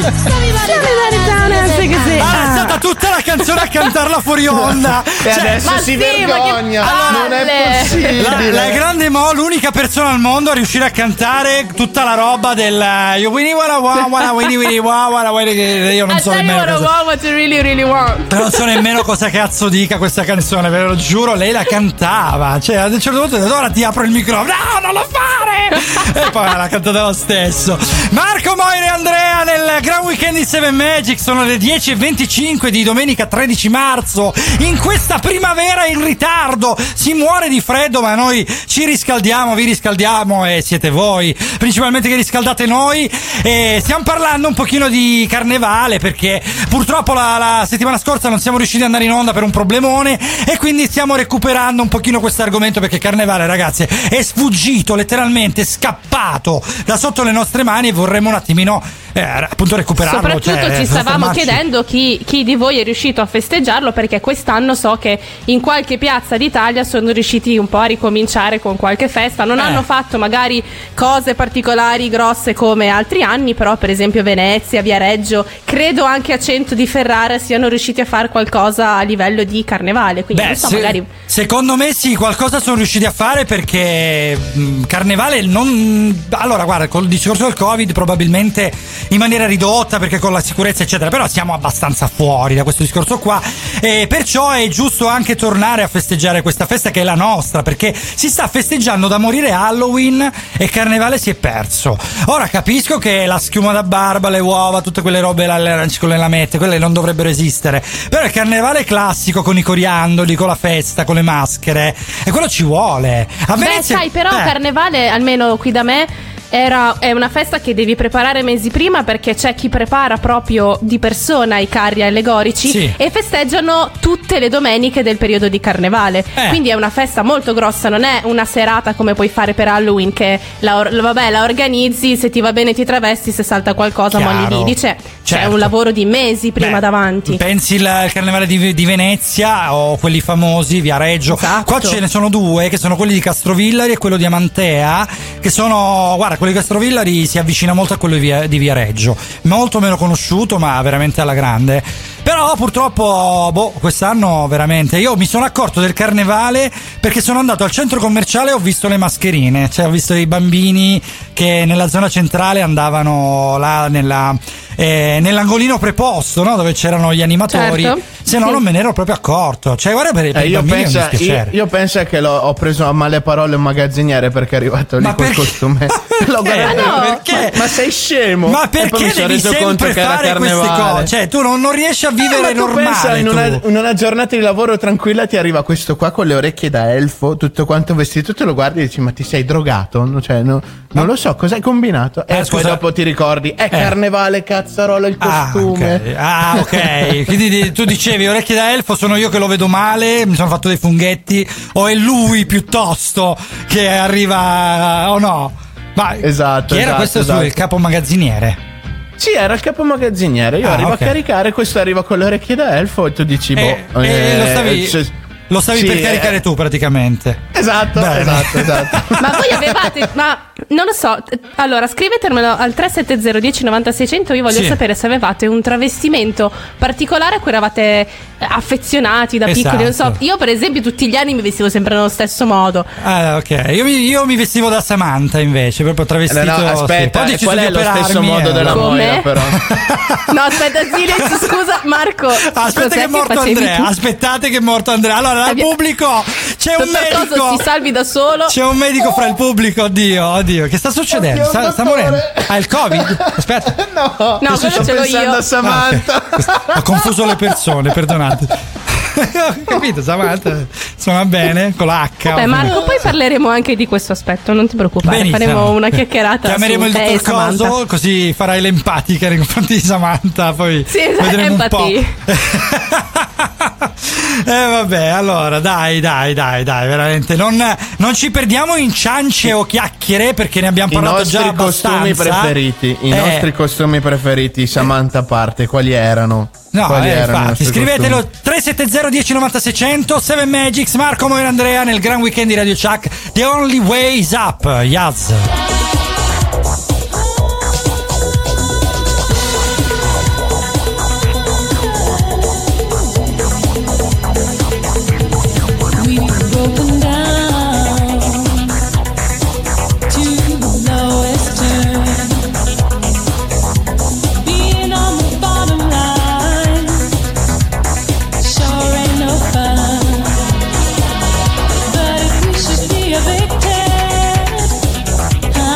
Ah, è stata tutta la canzone a cantarla fuori onda. E adesso ma si sì, vergogna. ma che Non è palle. possibile. La grande Mo, l'unica persona al mondo a riuscire a cantare tutta la roba del You winnie wanna winnie winnie wanna winnie. Io non so nemmeno cosa. What you really, really want. Non so nemmeno cosa cazzo dica questa canzone, ve lo giuro, lei la cantava. Cioè, ad un certo punto ho detto, ora ti apro il microfono. No, non lo fare! E poi l'ha cantata lo stesso. Marco, Moira e Andrea nel Gran Weekend di Seven Magic. Sono le 10:25 di domenica 13 marzo. In questa primavera in ritardo. Si muore di freddo, ma noi ci riscaldiamo, vi riscaldiamo e siete voi principalmente che riscaldate noi. E stiamo parlando un pochino di carnevale perché purtroppo la settimana scorsa non siamo riusciti ad andare in onda per un problemone e quindi stiamo recuperando un pochino questo argomento perché carnevale, ragazzi, è sfuggito, letteralmente scappato da sotto le nostre mani e vorremmo un attimino appunto recuperarlo. Soprattutto ci stavamo chiedendo chi di voi è riuscito a festeggiarlo, perché quest'anno so che in qualche piazza d'Italia sono riusciti un po' a ricominciare con qualche festa. Non hanno fatto magari cose particolari grosse come altri anni, però per esempio Venezia, Viareggio, credo anche a Cento di Ferrara siano riusciti a fare qualcosa a livello di carnevale. Quindi non so, magari secondo me sì, qualcosa sono riusciti a fare perché carnevale non. Allora guarda, col discorso del Covid probabilmente in maniera ridotta perché con la sicurezza eccetera, però siamo abbastanza fuori da questo discorso qua e perciò è giusto anche tornare a festeggiare questa festa che è la nostra, perché si sta festeggiando da morire Halloween e carnevale si è perso. Ora capisco che la schiuma da barba, le uova, tutte quelle robe, le arance con le lamette, quelle non dovrebbero esistere, però il carnevale classico con i coriandoli, con la festa, con le maschere, e quello ci vuole. A Venezia, sai, però carnevale, almeno qui da me, è una festa che devi preparare mesi prima, perché c'è chi prepara proprio di persona i carri allegorici e festeggiano tutte le domeniche del periodo di carnevale. Quindi è una festa molto grossa, non è una serata come puoi fare per Halloween che la organizzi, se ti va bene ti travesti, se salta qualcosa molli lì. C'è un lavoro di mesi prima davanti. Pensi il carnevale di Venezia o quelli famosi, Viareggio. Qua ce ne sono due che sono quelli di Castrovillari e quello di Amantea, che sono, guarda, quello di Castrovillari si avvicina molto a quello di Viareggio, molto meno conosciuto ma veramente alla grande. Però purtroppo quest'anno veramente io mi sono accorto del carnevale perché sono andato al centro commerciale e ho visto le mascherine, cioè ho visto i bambini che nella zona centrale andavano là nell'angolino preposto, no? Dove c'erano gli animatori. Certo. Se no non me ne ero proprio accorto. Cioè guarda, per i bambini è un dispiacere. Io penso che ho preso a male parole un magazziniere perché è arrivato lì col costume. Perché? Ma sei scemo? Ma perché devi sempre fare queste cose? Cioè tu non riesci a vivere normale. Pensa, in una giornata di lavoro tranquilla ti arriva questo qua con le orecchie da elfo, tutto quanto vestito, te lo guardi e dici ma ti sei drogato? Cioè, non lo so, cosa hai combinato? E poi dopo ti ricordi, è carnevale, cazzarola, il costume. Ok. Quindi tu dicevi orecchie da elfo, sono io che lo vedo male, mi sono fatto dei funghetti, o è lui piuttosto che arriva o no? Ma esatto. Chi era questo? Il capo magazziniere? Sì, era il capo magazziniere. Io arrivo a caricare, questo arriva con le orecchie da elfo e tu dici lo Lo stavi per caricare tu praticamente. Esatto, Bene. esatto. Ma voi avevate, ma non lo so, allora scrivetemelo al 370 10 90 600. Io voglio Sì. sapere se avevate un travestimento particolare a cui eravate affezionati da piccoli. Non so, Esatto. io per esempio tutti gli anni mi vestivo sempre nello stesso modo. Ah, ok. Io mi vestivo da Samantha invece, proprio travestito. No, aspetta, Poi ho deciso qual di è lo operarmi stesso modo della Come? Moira, però? No, aspetta, silenzio, scusa Marco. Aspetta cos'è che è morto facevi Andrea. tu? Aspettate che è morto Andrea. Allora, dal pubblico c'è un Dottor Coso, medico. si salvi da solo. C'è un medico fra il pubblico. Oddio, che sta succedendo? Sta morendo. Ah, il Covid? Aspetta. No, No, quello ce l'ho io. a Samantha. Ho confuso le persone, perdonate. Ho capito, Samantha suona bene con la H. Beh, Marco, poi parleremo anche di questo aspetto, non ti preoccupare. Benissimo. Faremo una chiacchierata. Chiameremo su il te e dottor Samantha. Coso, così farai l'empatica nei confronti di Samantha. Poi Sì, esatto, vedremo un po'. empati. Vabbè, allora dai, veramente non ci perdiamo in ciance o chiacchiere, perché ne abbiamo I parlato nostri già abbastanza. costumi preferiti, i nostri costumi preferiti, Samantha a parte, quali erano? No, Quali erano i infatti, nostri scrivetelo costumi? 370 10 90 600. 7 Magics, Marco, Moira, Andrea nel Gran Weekend di Radio Chuck. The Only Way is Up, Yaz. We've broken down to the lowest turn. Being on the bottom line sure ain't no fun. But if we should be evicted,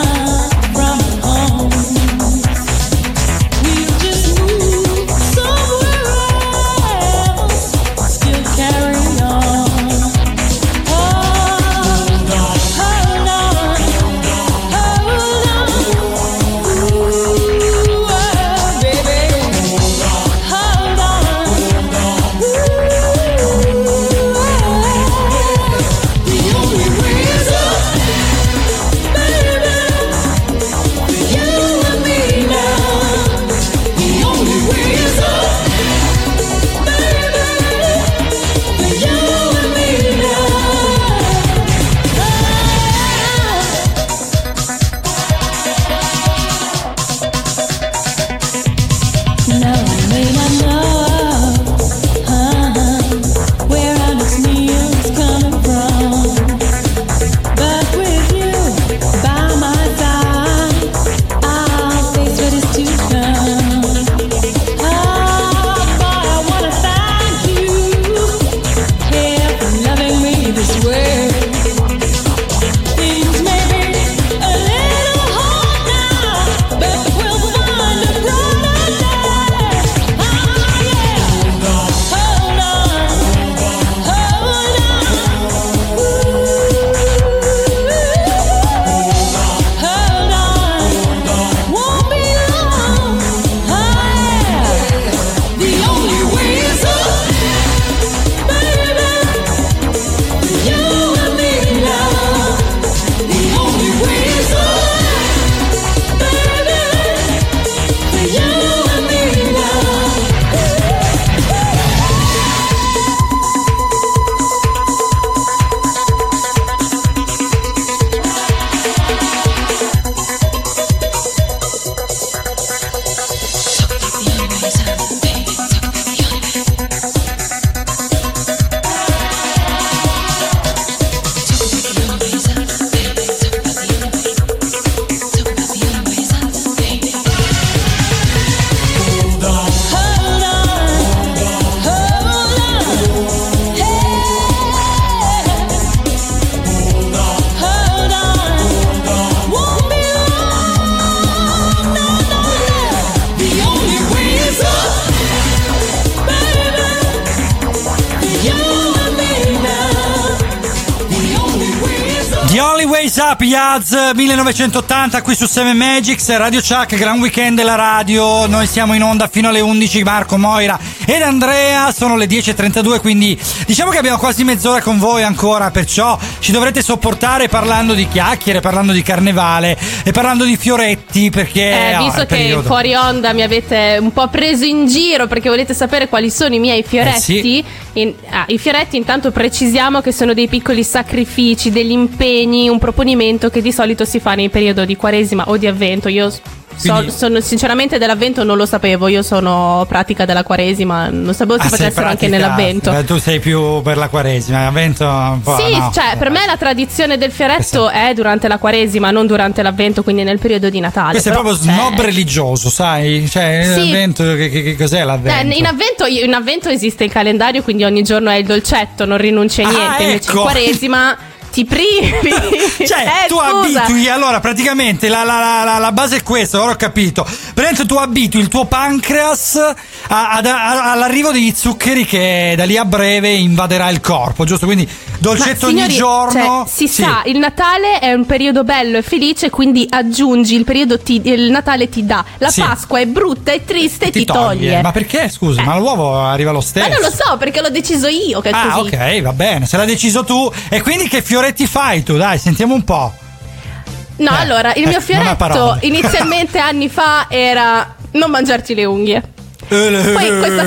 The Only Ways Up, Yaz, 1980 qui su 7 Magics, Radio Chuck, gran weekend della radio. Noi siamo in onda fino alle 11, Marco, Moira ed Andrea. Sono le 10.32, quindi diciamo che abbiamo quasi mezz'ora con voi ancora, perciò ci dovrete sopportare parlando di chiacchiere, parlando di carnevale e parlando di fioretti, perché visto che fuori onda mi avete un po' preso in giro perché volete sapere quali sono i miei fioretti. Sì. I fioretti, intanto precisiamo che sono dei piccoli sacrifici, degli impegni, un proponimento che di solito si fa nei periodi di Quaresima o di Avvento. Io sono sinceramente dell'Avvento non lo sapevo, io sono pratica della Quaresima, non sapevo si facessero anche nell'Avvento. Tu sei più per la Quaresima, l'Avvento un po'. Sì, no. cioè per me la tradizione del fioretto è durante la Quaresima, non durante l'Avvento, quindi nel periodo di Natale. Questo è proprio snob religioso, sai? Cioè, Sì. l'Avvento, che cos'è l'Avvento? In Avvento esiste il calendario, quindi ogni giorno è il dolcetto, non rinunci a niente. Invece in ecco. Quaresima ti privi. Cioè, tu scusa. abitui, allora praticamente la base è questa, ora ho capito. Praticamente tu abitui il tuo pancreas all'arrivo degli zuccheri che da lì a breve invaderà il corpo, giusto? Quindi dolcetto Ma, signori, ogni giorno. cioè, sa, il Natale è un periodo bello e felice, quindi aggiungi il periodo il Natale ti dà. La Sì. Pasqua è brutta e triste e ti toglie. Ma perché, scusa? Ma l'uovo arriva lo stesso. Ma non lo so, perché l'ho deciso io che è così. Ok, va bene, se l'hai deciso tu. E quindi che fioretti fai tu? Dai, sentiamo un po'. No, allora, il mio non ha fioretto parole. inizialmente anni fa era non mangiarti le unghie. Poi questa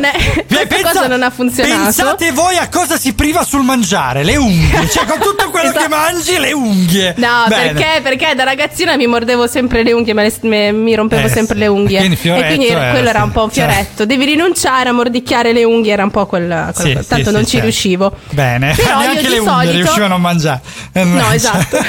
cosa non ha funzionato. Pensate voi a cosa si priva sul mangiare? Le unghie. Cioè, con tutto quello che mangi, le unghie. No, Bene. perché da ragazzina mi mordevo sempre le unghie, mi rompevo sempre le unghie. quindi fioretto, e quindi quello era un po' un cioè. fioretto. Devi rinunciare a mordicchiare le unghie, era un po' quella Sì, cosa. Tanto sì, non sì, ci riuscivo. Bene. Però Neanche io le di unghie solito riuscivano a mangiare. No, esatto.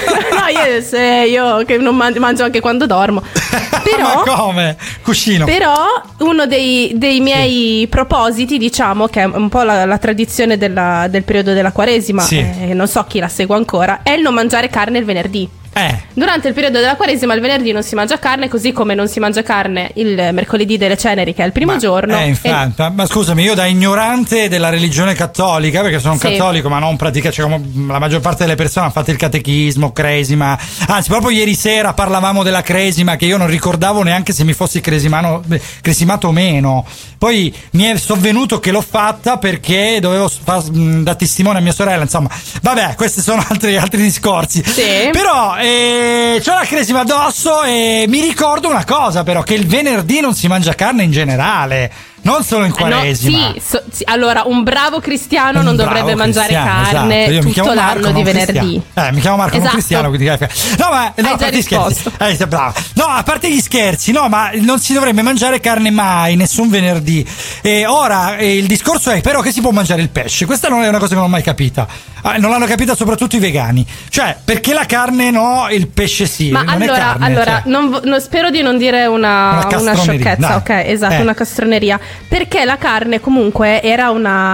No, io che non mangio anche quando dormo. Però Ma come? Cuscino. Però uno dei miei propositi, diciamo, che è un po' la tradizione del periodo della Quaresima, Sì. non so chi la segue ancora, è il non mangiare carne il venerdì. Durante il periodo della Quaresima il venerdì non si mangia carne, così come non si mangia carne il mercoledì delle ceneri, che è il primo giorno. Infatti, ma scusami, io da ignorante della religione cattolica, perché sono un Sì. cattolico ma non pratica, cioè come la maggior parte delle persone hanno fatto il catechismo, cresima, anzi proprio ieri sera parlavamo della cresima, che io non ricordavo neanche se mi fossi cresimato o meno. Poi mi è sovvenuto che l'ho fatta perché dovevo da testimone a mia sorella, insomma vabbè, questi sono altri discorsi. Sì. Però c'ho la cresima addosso e mi ricordo una cosa, però, che il venerdì non si mangia carne in generale, non solo in Quaresima. No, sì, allora un bravo cristiano non dovrebbe mangiare carne esatto. Io mi chiamo tutto Marco, l'anno di non venerdì. mi chiamo Marco, non Esatto. cristiano, quindi no, ma no, a parte gli scherzi. Brava. No, a parte gli scherzi, no, ma non si dovrebbe mangiare carne mai, nessun venerdì. E ora il discorso è però che si può mangiare il pesce. Questa non è una cosa che non ho mai capita. Non l'hanno capita soprattutto i vegani. Cioè, perché la carne no, il pesce sì? Ma non è carne, allora cioè. spero di non dire una castroneria, sciocchezza, dai. ok? Esatto, una castroneria. Perché la carne comunque era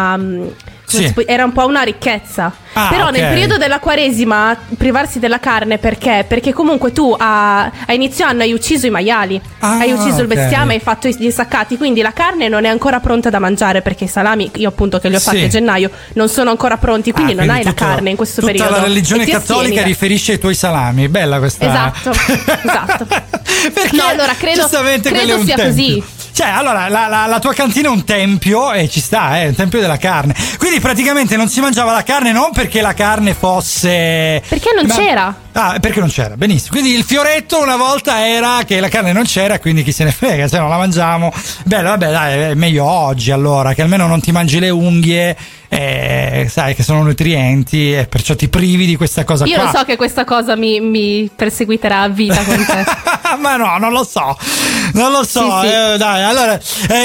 era un po' una ricchezza. Però nel periodo della Quaresima privarsi della carne perché comunque tu a inizio anno hai ucciso i maiali, hai ucciso il bestiame, hai fatto gli saccati, quindi la carne non è ancora pronta da mangiare, perché i salami, io appunto che li ho fatti a gennaio, non sono ancora pronti, quindi non hai la carne in questo periodo. Tutta la religione e ti cattolica astieni. riferisce ai tuoi salami. Bella questa. Esatto. Perché No, allora credo quello è un sia tempio. così. Cioè, allora, la tua cantina è un tempio e ci sta, è un tempio della carne. Quindi praticamente non si mangiava la carne non perché la carne fosse... Perché non c'era. Perché non c'era, benissimo. Quindi il fioretto una volta era che la carne non c'era, quindi chi se ne frega, se non la mangiamo. Bello, vabbè, dai, è meglio oggi allora, che almeno non ti mangi le unghie, sai che sono nutrienti e perciò ti privi di questa cosa Io qua. lo so che questa cosa mi perseguiterà a vita con te. Ma no, non lo so. Sì. Dai, allora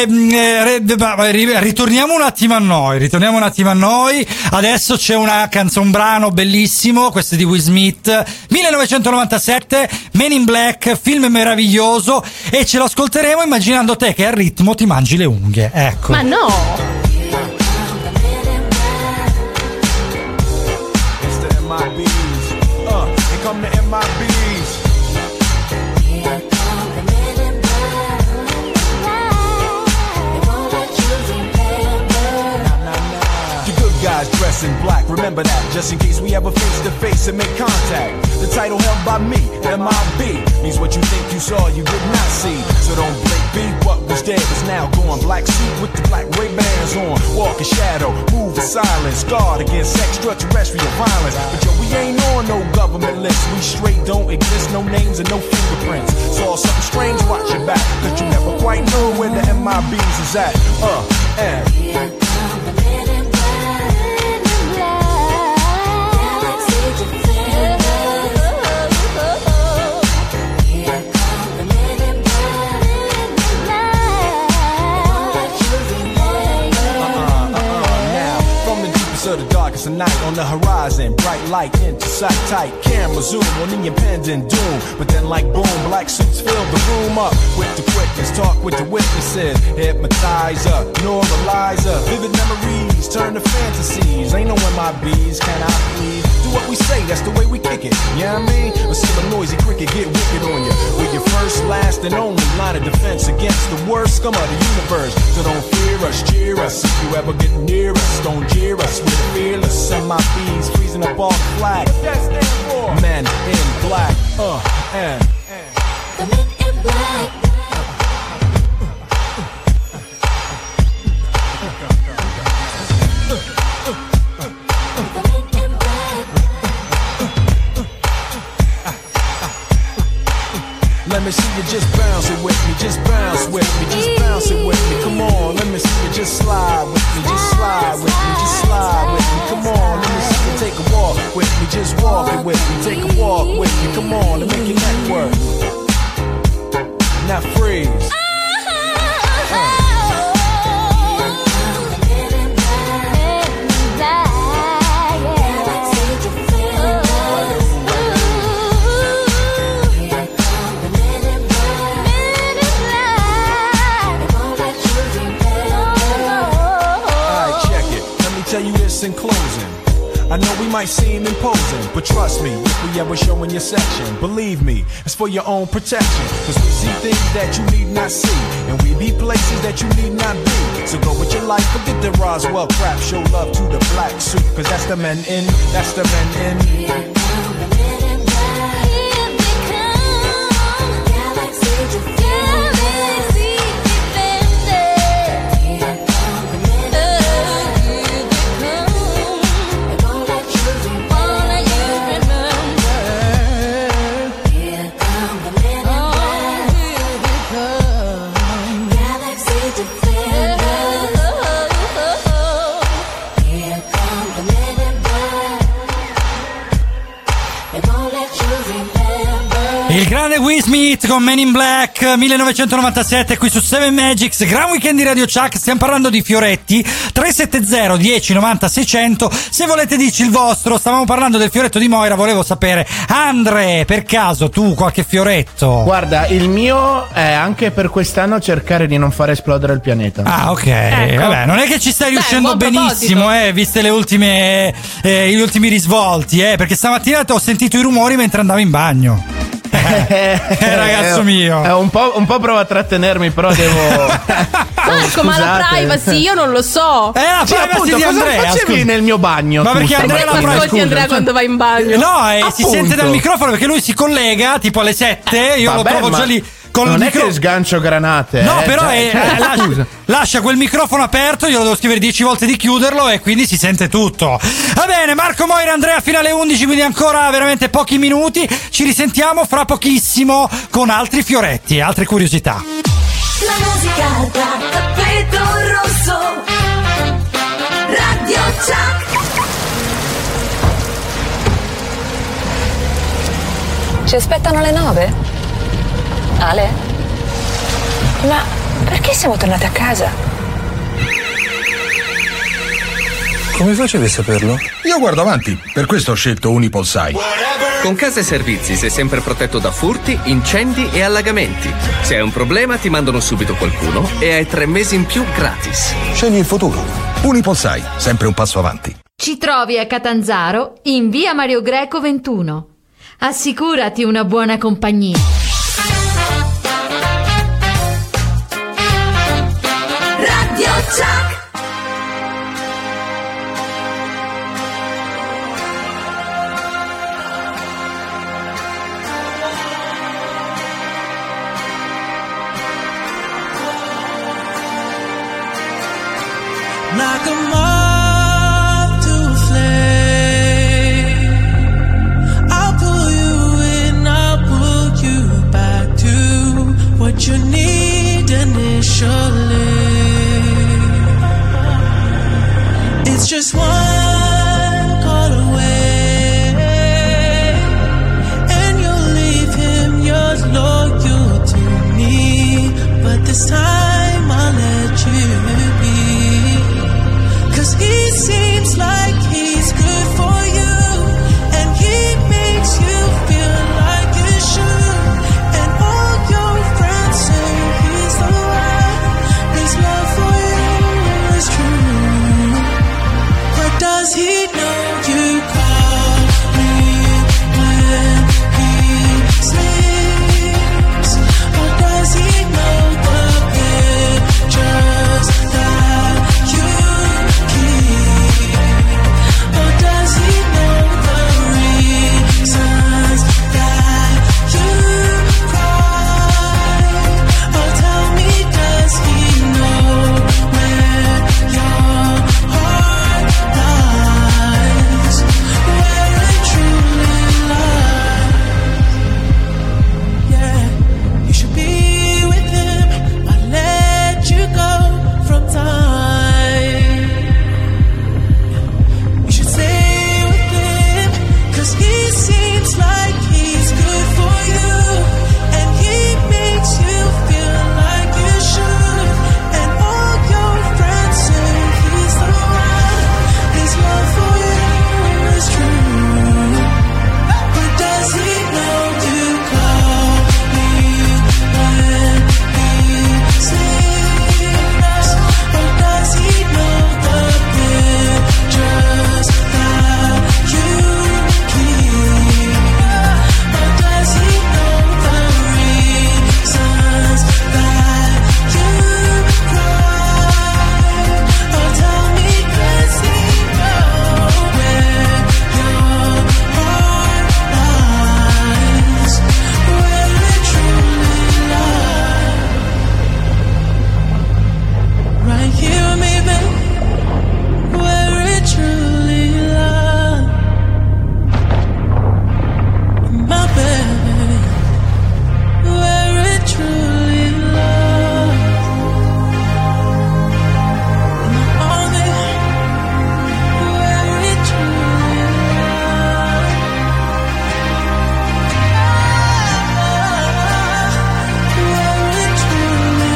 ritorniamo un attimo a noi. Adesso c'è un brano bellissimo, questo è di Will Smith, 1997, Men in Black, film meraviglioso, e ce lo ascolteremo immaginando te che al ritmo ti mangi le unghie. Ecco. Ma no! Come the MIBs. The good guys dress dress in black. Remember that, just in case we ever face to face and make contact. The title held by me, MIB, means what you think you saw, you did not see. So don't blink, be what was dead is now gone. Black suit with the black Ray-Bans on. Walk in shadow, move in silence. Guard against extraterrestrial violence. But yo, we ain't on no government list. We straight don't exist, no names and no fingerprints. Saw something strange, watch your back, cause you never quite know where the MIBs is at. And of the darkest of night on the horizon, bright light into sight tight, camera zoom on the impending doom, but then like boom, black suits fill the room up with the quickness, talk with the witnesses, hypnotizer, neuralizer, vivid memories turn to fantasies, ain't no MIBs, can I please do what we say, that's the way we kick it, you know what I mean? Or see a noisy cricket get wicked on you, with your first, last and only line of defense against the worst scum of the universe, so don't fear us, cheer us, if you ever get near us, don't jeer us, we're fearless, MIBs freezing up all the flag. What that stand for? Men in black, and the men in black. Let me see you just bounce it with me, just bounce with me, just bounce it with me. Come on, let me see you just slide with me, just slide with me, just slide with me. Come on, let me see you take a walk with me, just walk it with me, take a walk with me. Come on, and make your neck work. Now freeze. Tell you this in closing, I know we might seem imposing, but trust me, if we ever show in your section, believe me, it's for your own protection, cause we see things that you need not see, and we be places that you need not be, so go with your life, forget the Roswell crap, show love to the black suit, cause that's the men in, that's the men in. Il grande Will Smith con Men in Black 1997 qui su 7 Magics, Gran Weekend di Radio Chuck. Stiamo parlando di fioretti. 370 10 90 600 se volete dirci il vostro. Stavamo parlando del fioretto di Moira, volevo sapere, Andre, per caso tu qualche fioretto? Guarda, il mio è anche per quest'anno cercare di non far esplodere il pianeta. Ah, ok. Ecco. Vabbè, non è che ci stai riuscendo buon benissimo, viste le ultime gli ultimi risvolti, perché stamattina ho sentito i rumori mentre andavo in bagno. Ragazzo mio, un po' provo a trattenermi, però devo. Marco, ma la privacy io non lo so. La Sì, privacy appunto, di cosa Andrea, facevi scusa. nel mio bagno? Ma tu, perché Andrea stamattina? la Ascolti Andrea quando va in bagno. No, si Appunto. sente dal microfono perché lui si collega tipo alle 7. Io lo Vabbè, trovo ma già lì. Con non il è che sgancio granate. No, però scusa. lascia quel microfono aperto, io lo devo scrivere 10 volte di chiuderlo e quindi si sente tutto. Va bene, Marco Moira, Andrea fino alle 11, quindi ancora veramente pochi minuti. Ci risentiamo fra pochissimo con altri fioretti e altre curiosità. La musica da tappeto rosso. Radio Chuck. Ci aspettano alle 9? Ale? Ma perché siamo tornati a casa? Come facevi a saperlo? Io guardo avanti, per questo ho scelto Unipolsai. Con Casa e Servizi sei sempre protetto da furti, incendi e allagamenti. Se hai un problema ti mandano subito qualcuno e hai 3 mesi in più gratis. Scegli il futuro. Unipolsai, sempre un passo avanti. Ci trovi a Catanzaro in via Mario Greco 21. Assicurati una buona compagnia. Radio Chuck. like a moth to a flame. I'll pull you in, I'll pull you back to what you need initially. It's just one call away, and you'll leave him, you're loyal to me. But this time I'll let you be, 'cause he seems like he's good for you, and he makes you feel like you should. And all your friends say he's the one, his love for you is true. But does he know you call me when he sleeps? Or does he know the pictures that you keep? Or does he know the reasons that you cry? Or tell me, does he know where your heart lies? Where it truly lies? Yeah, you should be with him. I let you go from time. You should stay with him, 'cause he seems like he's good for you, and he makes you feel like you should. And all your friends say he's the one, his love for you is true. But does he know you call me when he sleeps? Or does he know the pictures that you keep? Or does he know the reasons that you cry? Or tell me, does he know where your heart lies? Where it truly lies? Right here, maybe, where it truly lies. My baby, where it truly lies. My army, where it truly lies. Where it truly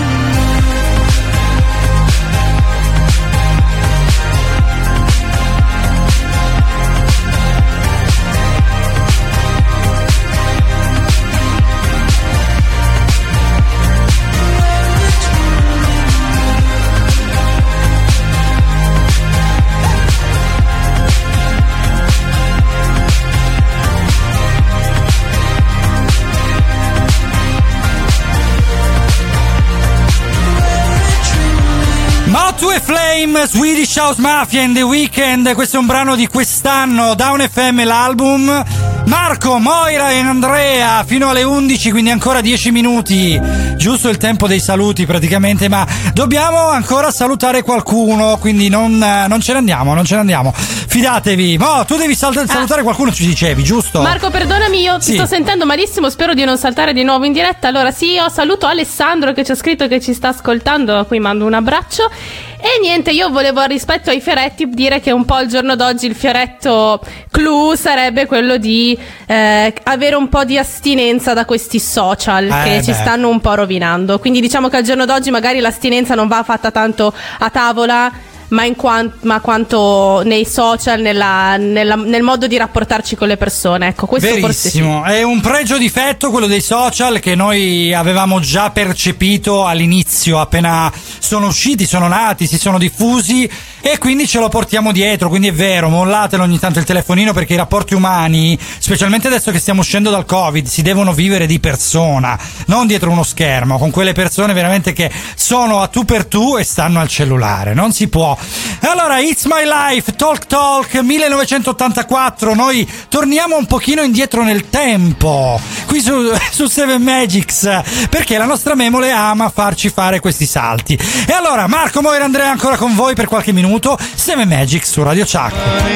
Motu e Flame, Swedish House Mafia in The Weeknd. Questo è un brano di quest'anno, Down FM l'album. Marco, Moira e Andrea fino alle 11, quindi ancora 10 minuti, giusto il tempo dei saluti praticamente, ma dobbiamo ancora salutare qualcuno, quindi non ce ne andiamo, fidatevi. Tu devi salutare qualcuno, ci dicevi, giusto? Marco, perdonami, io ti sto sentendo malissimo, spero di non saltare di nuovo in diretta. Allora sì, io saluto Alessandro che ci ha scritto che ci sta ascoltando, a cui mando un abbraccio. E niente, io volevo, rispetto ai fioretti, dire che un po' al giorno d'oggi il fioretto clou sarebbe quello di avere un po' di astinenza da questi social che ci stanno un po' rovinando. Quindi diciamo che al giorno d'oggi magari l'astinenza non va fatta tanto a tavola, ma quanto nei social, nel modo di rapportarci con le persone. Ecco, questo verissimo, forse sì. È un pregio difetto quello dei social che noi avevamo già percepito all'inizio, appena sono usciti, sono nati, si sono diffusi, e quindi ce lo portiamo dietro. Quindi è vero, mollatelo ogni tanto il telefonino, perché i rapporti umani, specialmente adesso che stiamo uscendo dal Covid, si devono vivere di persona, non dietro uno schermo, con quelle persone veramente che sono a tu per tu e stanno al cellulare. Non si può benissimo. Allora, It's My Life, Talk 1984. Noi torniamo un pochino indietro nel tempo qui su Seven Magics, perché la nostra Memole ama farci fare questi salti. E allora Marco, Moira, Andrea ancora con voi per qualche minuto. Seven Magics su Radio Chuck.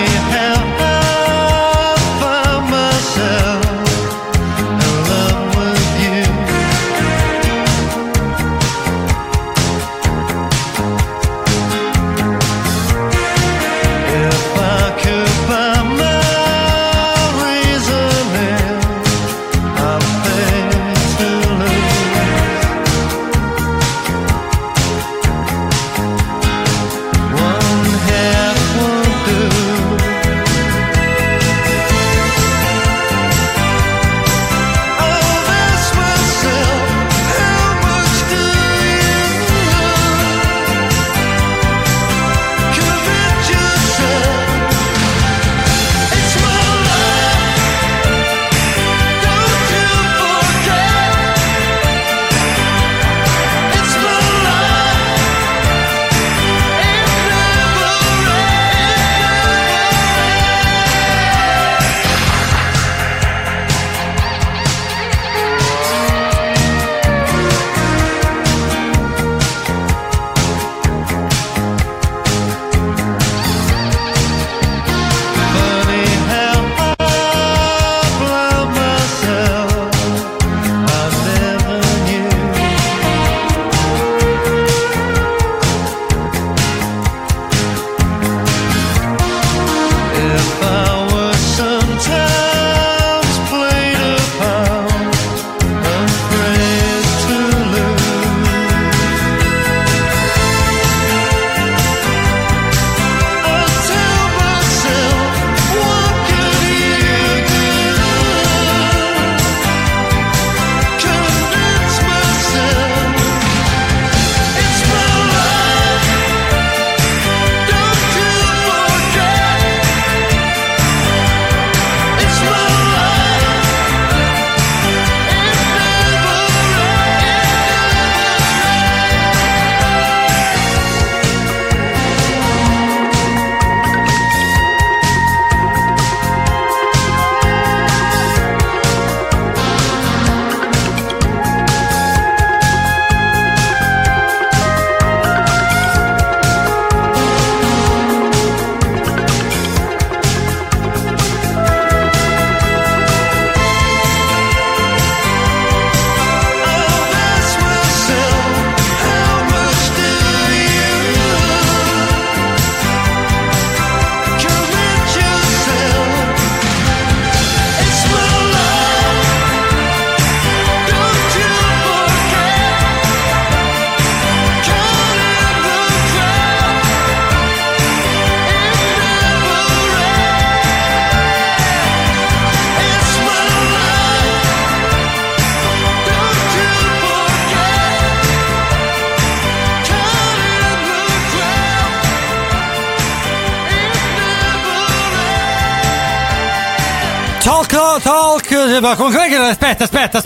Aspetta.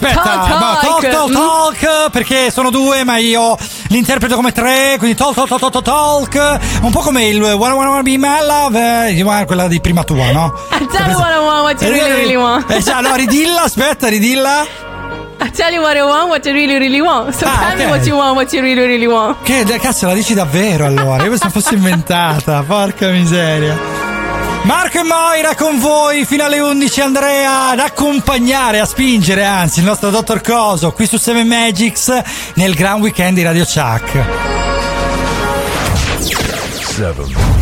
Talk, perché sono due, ma io li interpreto come tre, quindi talk. Un po' come il Wanna Be My Love, quella di prima tua, no? I tell you what I want, what you really want. No, ridilla. I tell you what I want, what you really want. So tell me what you want, what you really want. Che cazzo, la dici davvero allora? Io pensavo fosse inventata, porca miseria. Marco e Moira con voi fino alle 11, Andrea ad accompagnare, a spingere anzi il nostro Dottor Coso qui su Seven Magics nel Gran Weekend di Radio Chuck. 7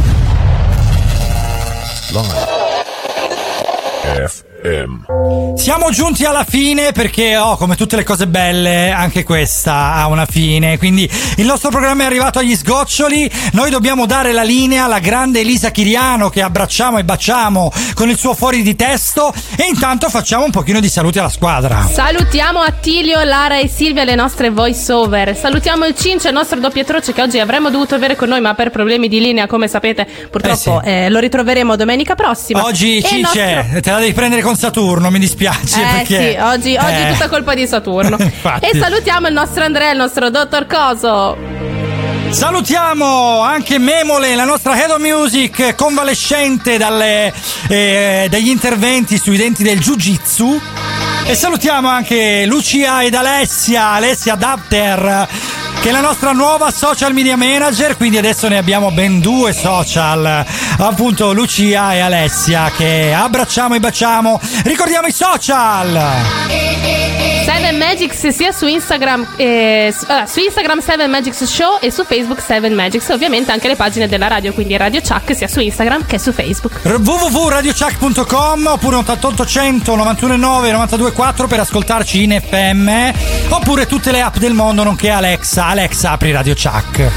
Live FM. Siamo giunti alla fine perché, come tutte le cose belle, anche questa ha una fine. Quindi il nostro programma è arrivato agli sgoccioli. Noi dobbiamo dare la linea alla grande Elisa Chiriano, che abbracciamo e baciamo con il suo fuori di testo. E intanto facciamo un pochino di saluti alla squadra. Salutiamo Attilio, Lara e Silvia, le nostre voice over. Salutiamo il Cince, il nostro doppiatroce, che oggi avremmo dovuto avere con noi, ma per problemi di linea, come sapete, purtroppo lo ritroveremo domenica prossima. Oggi Cince, te la devi prendere con Saturno, mi dispiace. Perché... sì, oggi tutta colpa di Saturno. E salutiamo il nostro Andrea, il nostro Dottor Coso. Salutiamo anche Memole, la nostra Head of Music, convalescente dagli interventi sui denti del Jiu-Jitsu. E salutiamo anche Lucia ed Alessia Dapter, che è la nostra nuova social media manager, quindi adesso ne abbiamo ben 2 social, appunto Lucia e Alessia, che abbracciamo e baciamo. Ricordiamo i social! 7 Magics sia su Instagram, su Instagram 7 Magics Show e su Facebook 7 Magics, ovviamente anche le pagine della radio, quindi Radio Chuck sia su Instagram che su Facebook. www.radiochuck.com oppure 8800 919 924 per ascoltarci in FM, oppure tutte le app del mondo, nonché Alexa, apri Radio Chuck.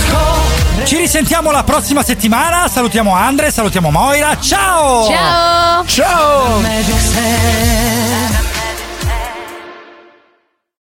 Ci risentiamo la prossima settimana. Salutiamo Andre, salutiamo Moira. Ciao! Ciao!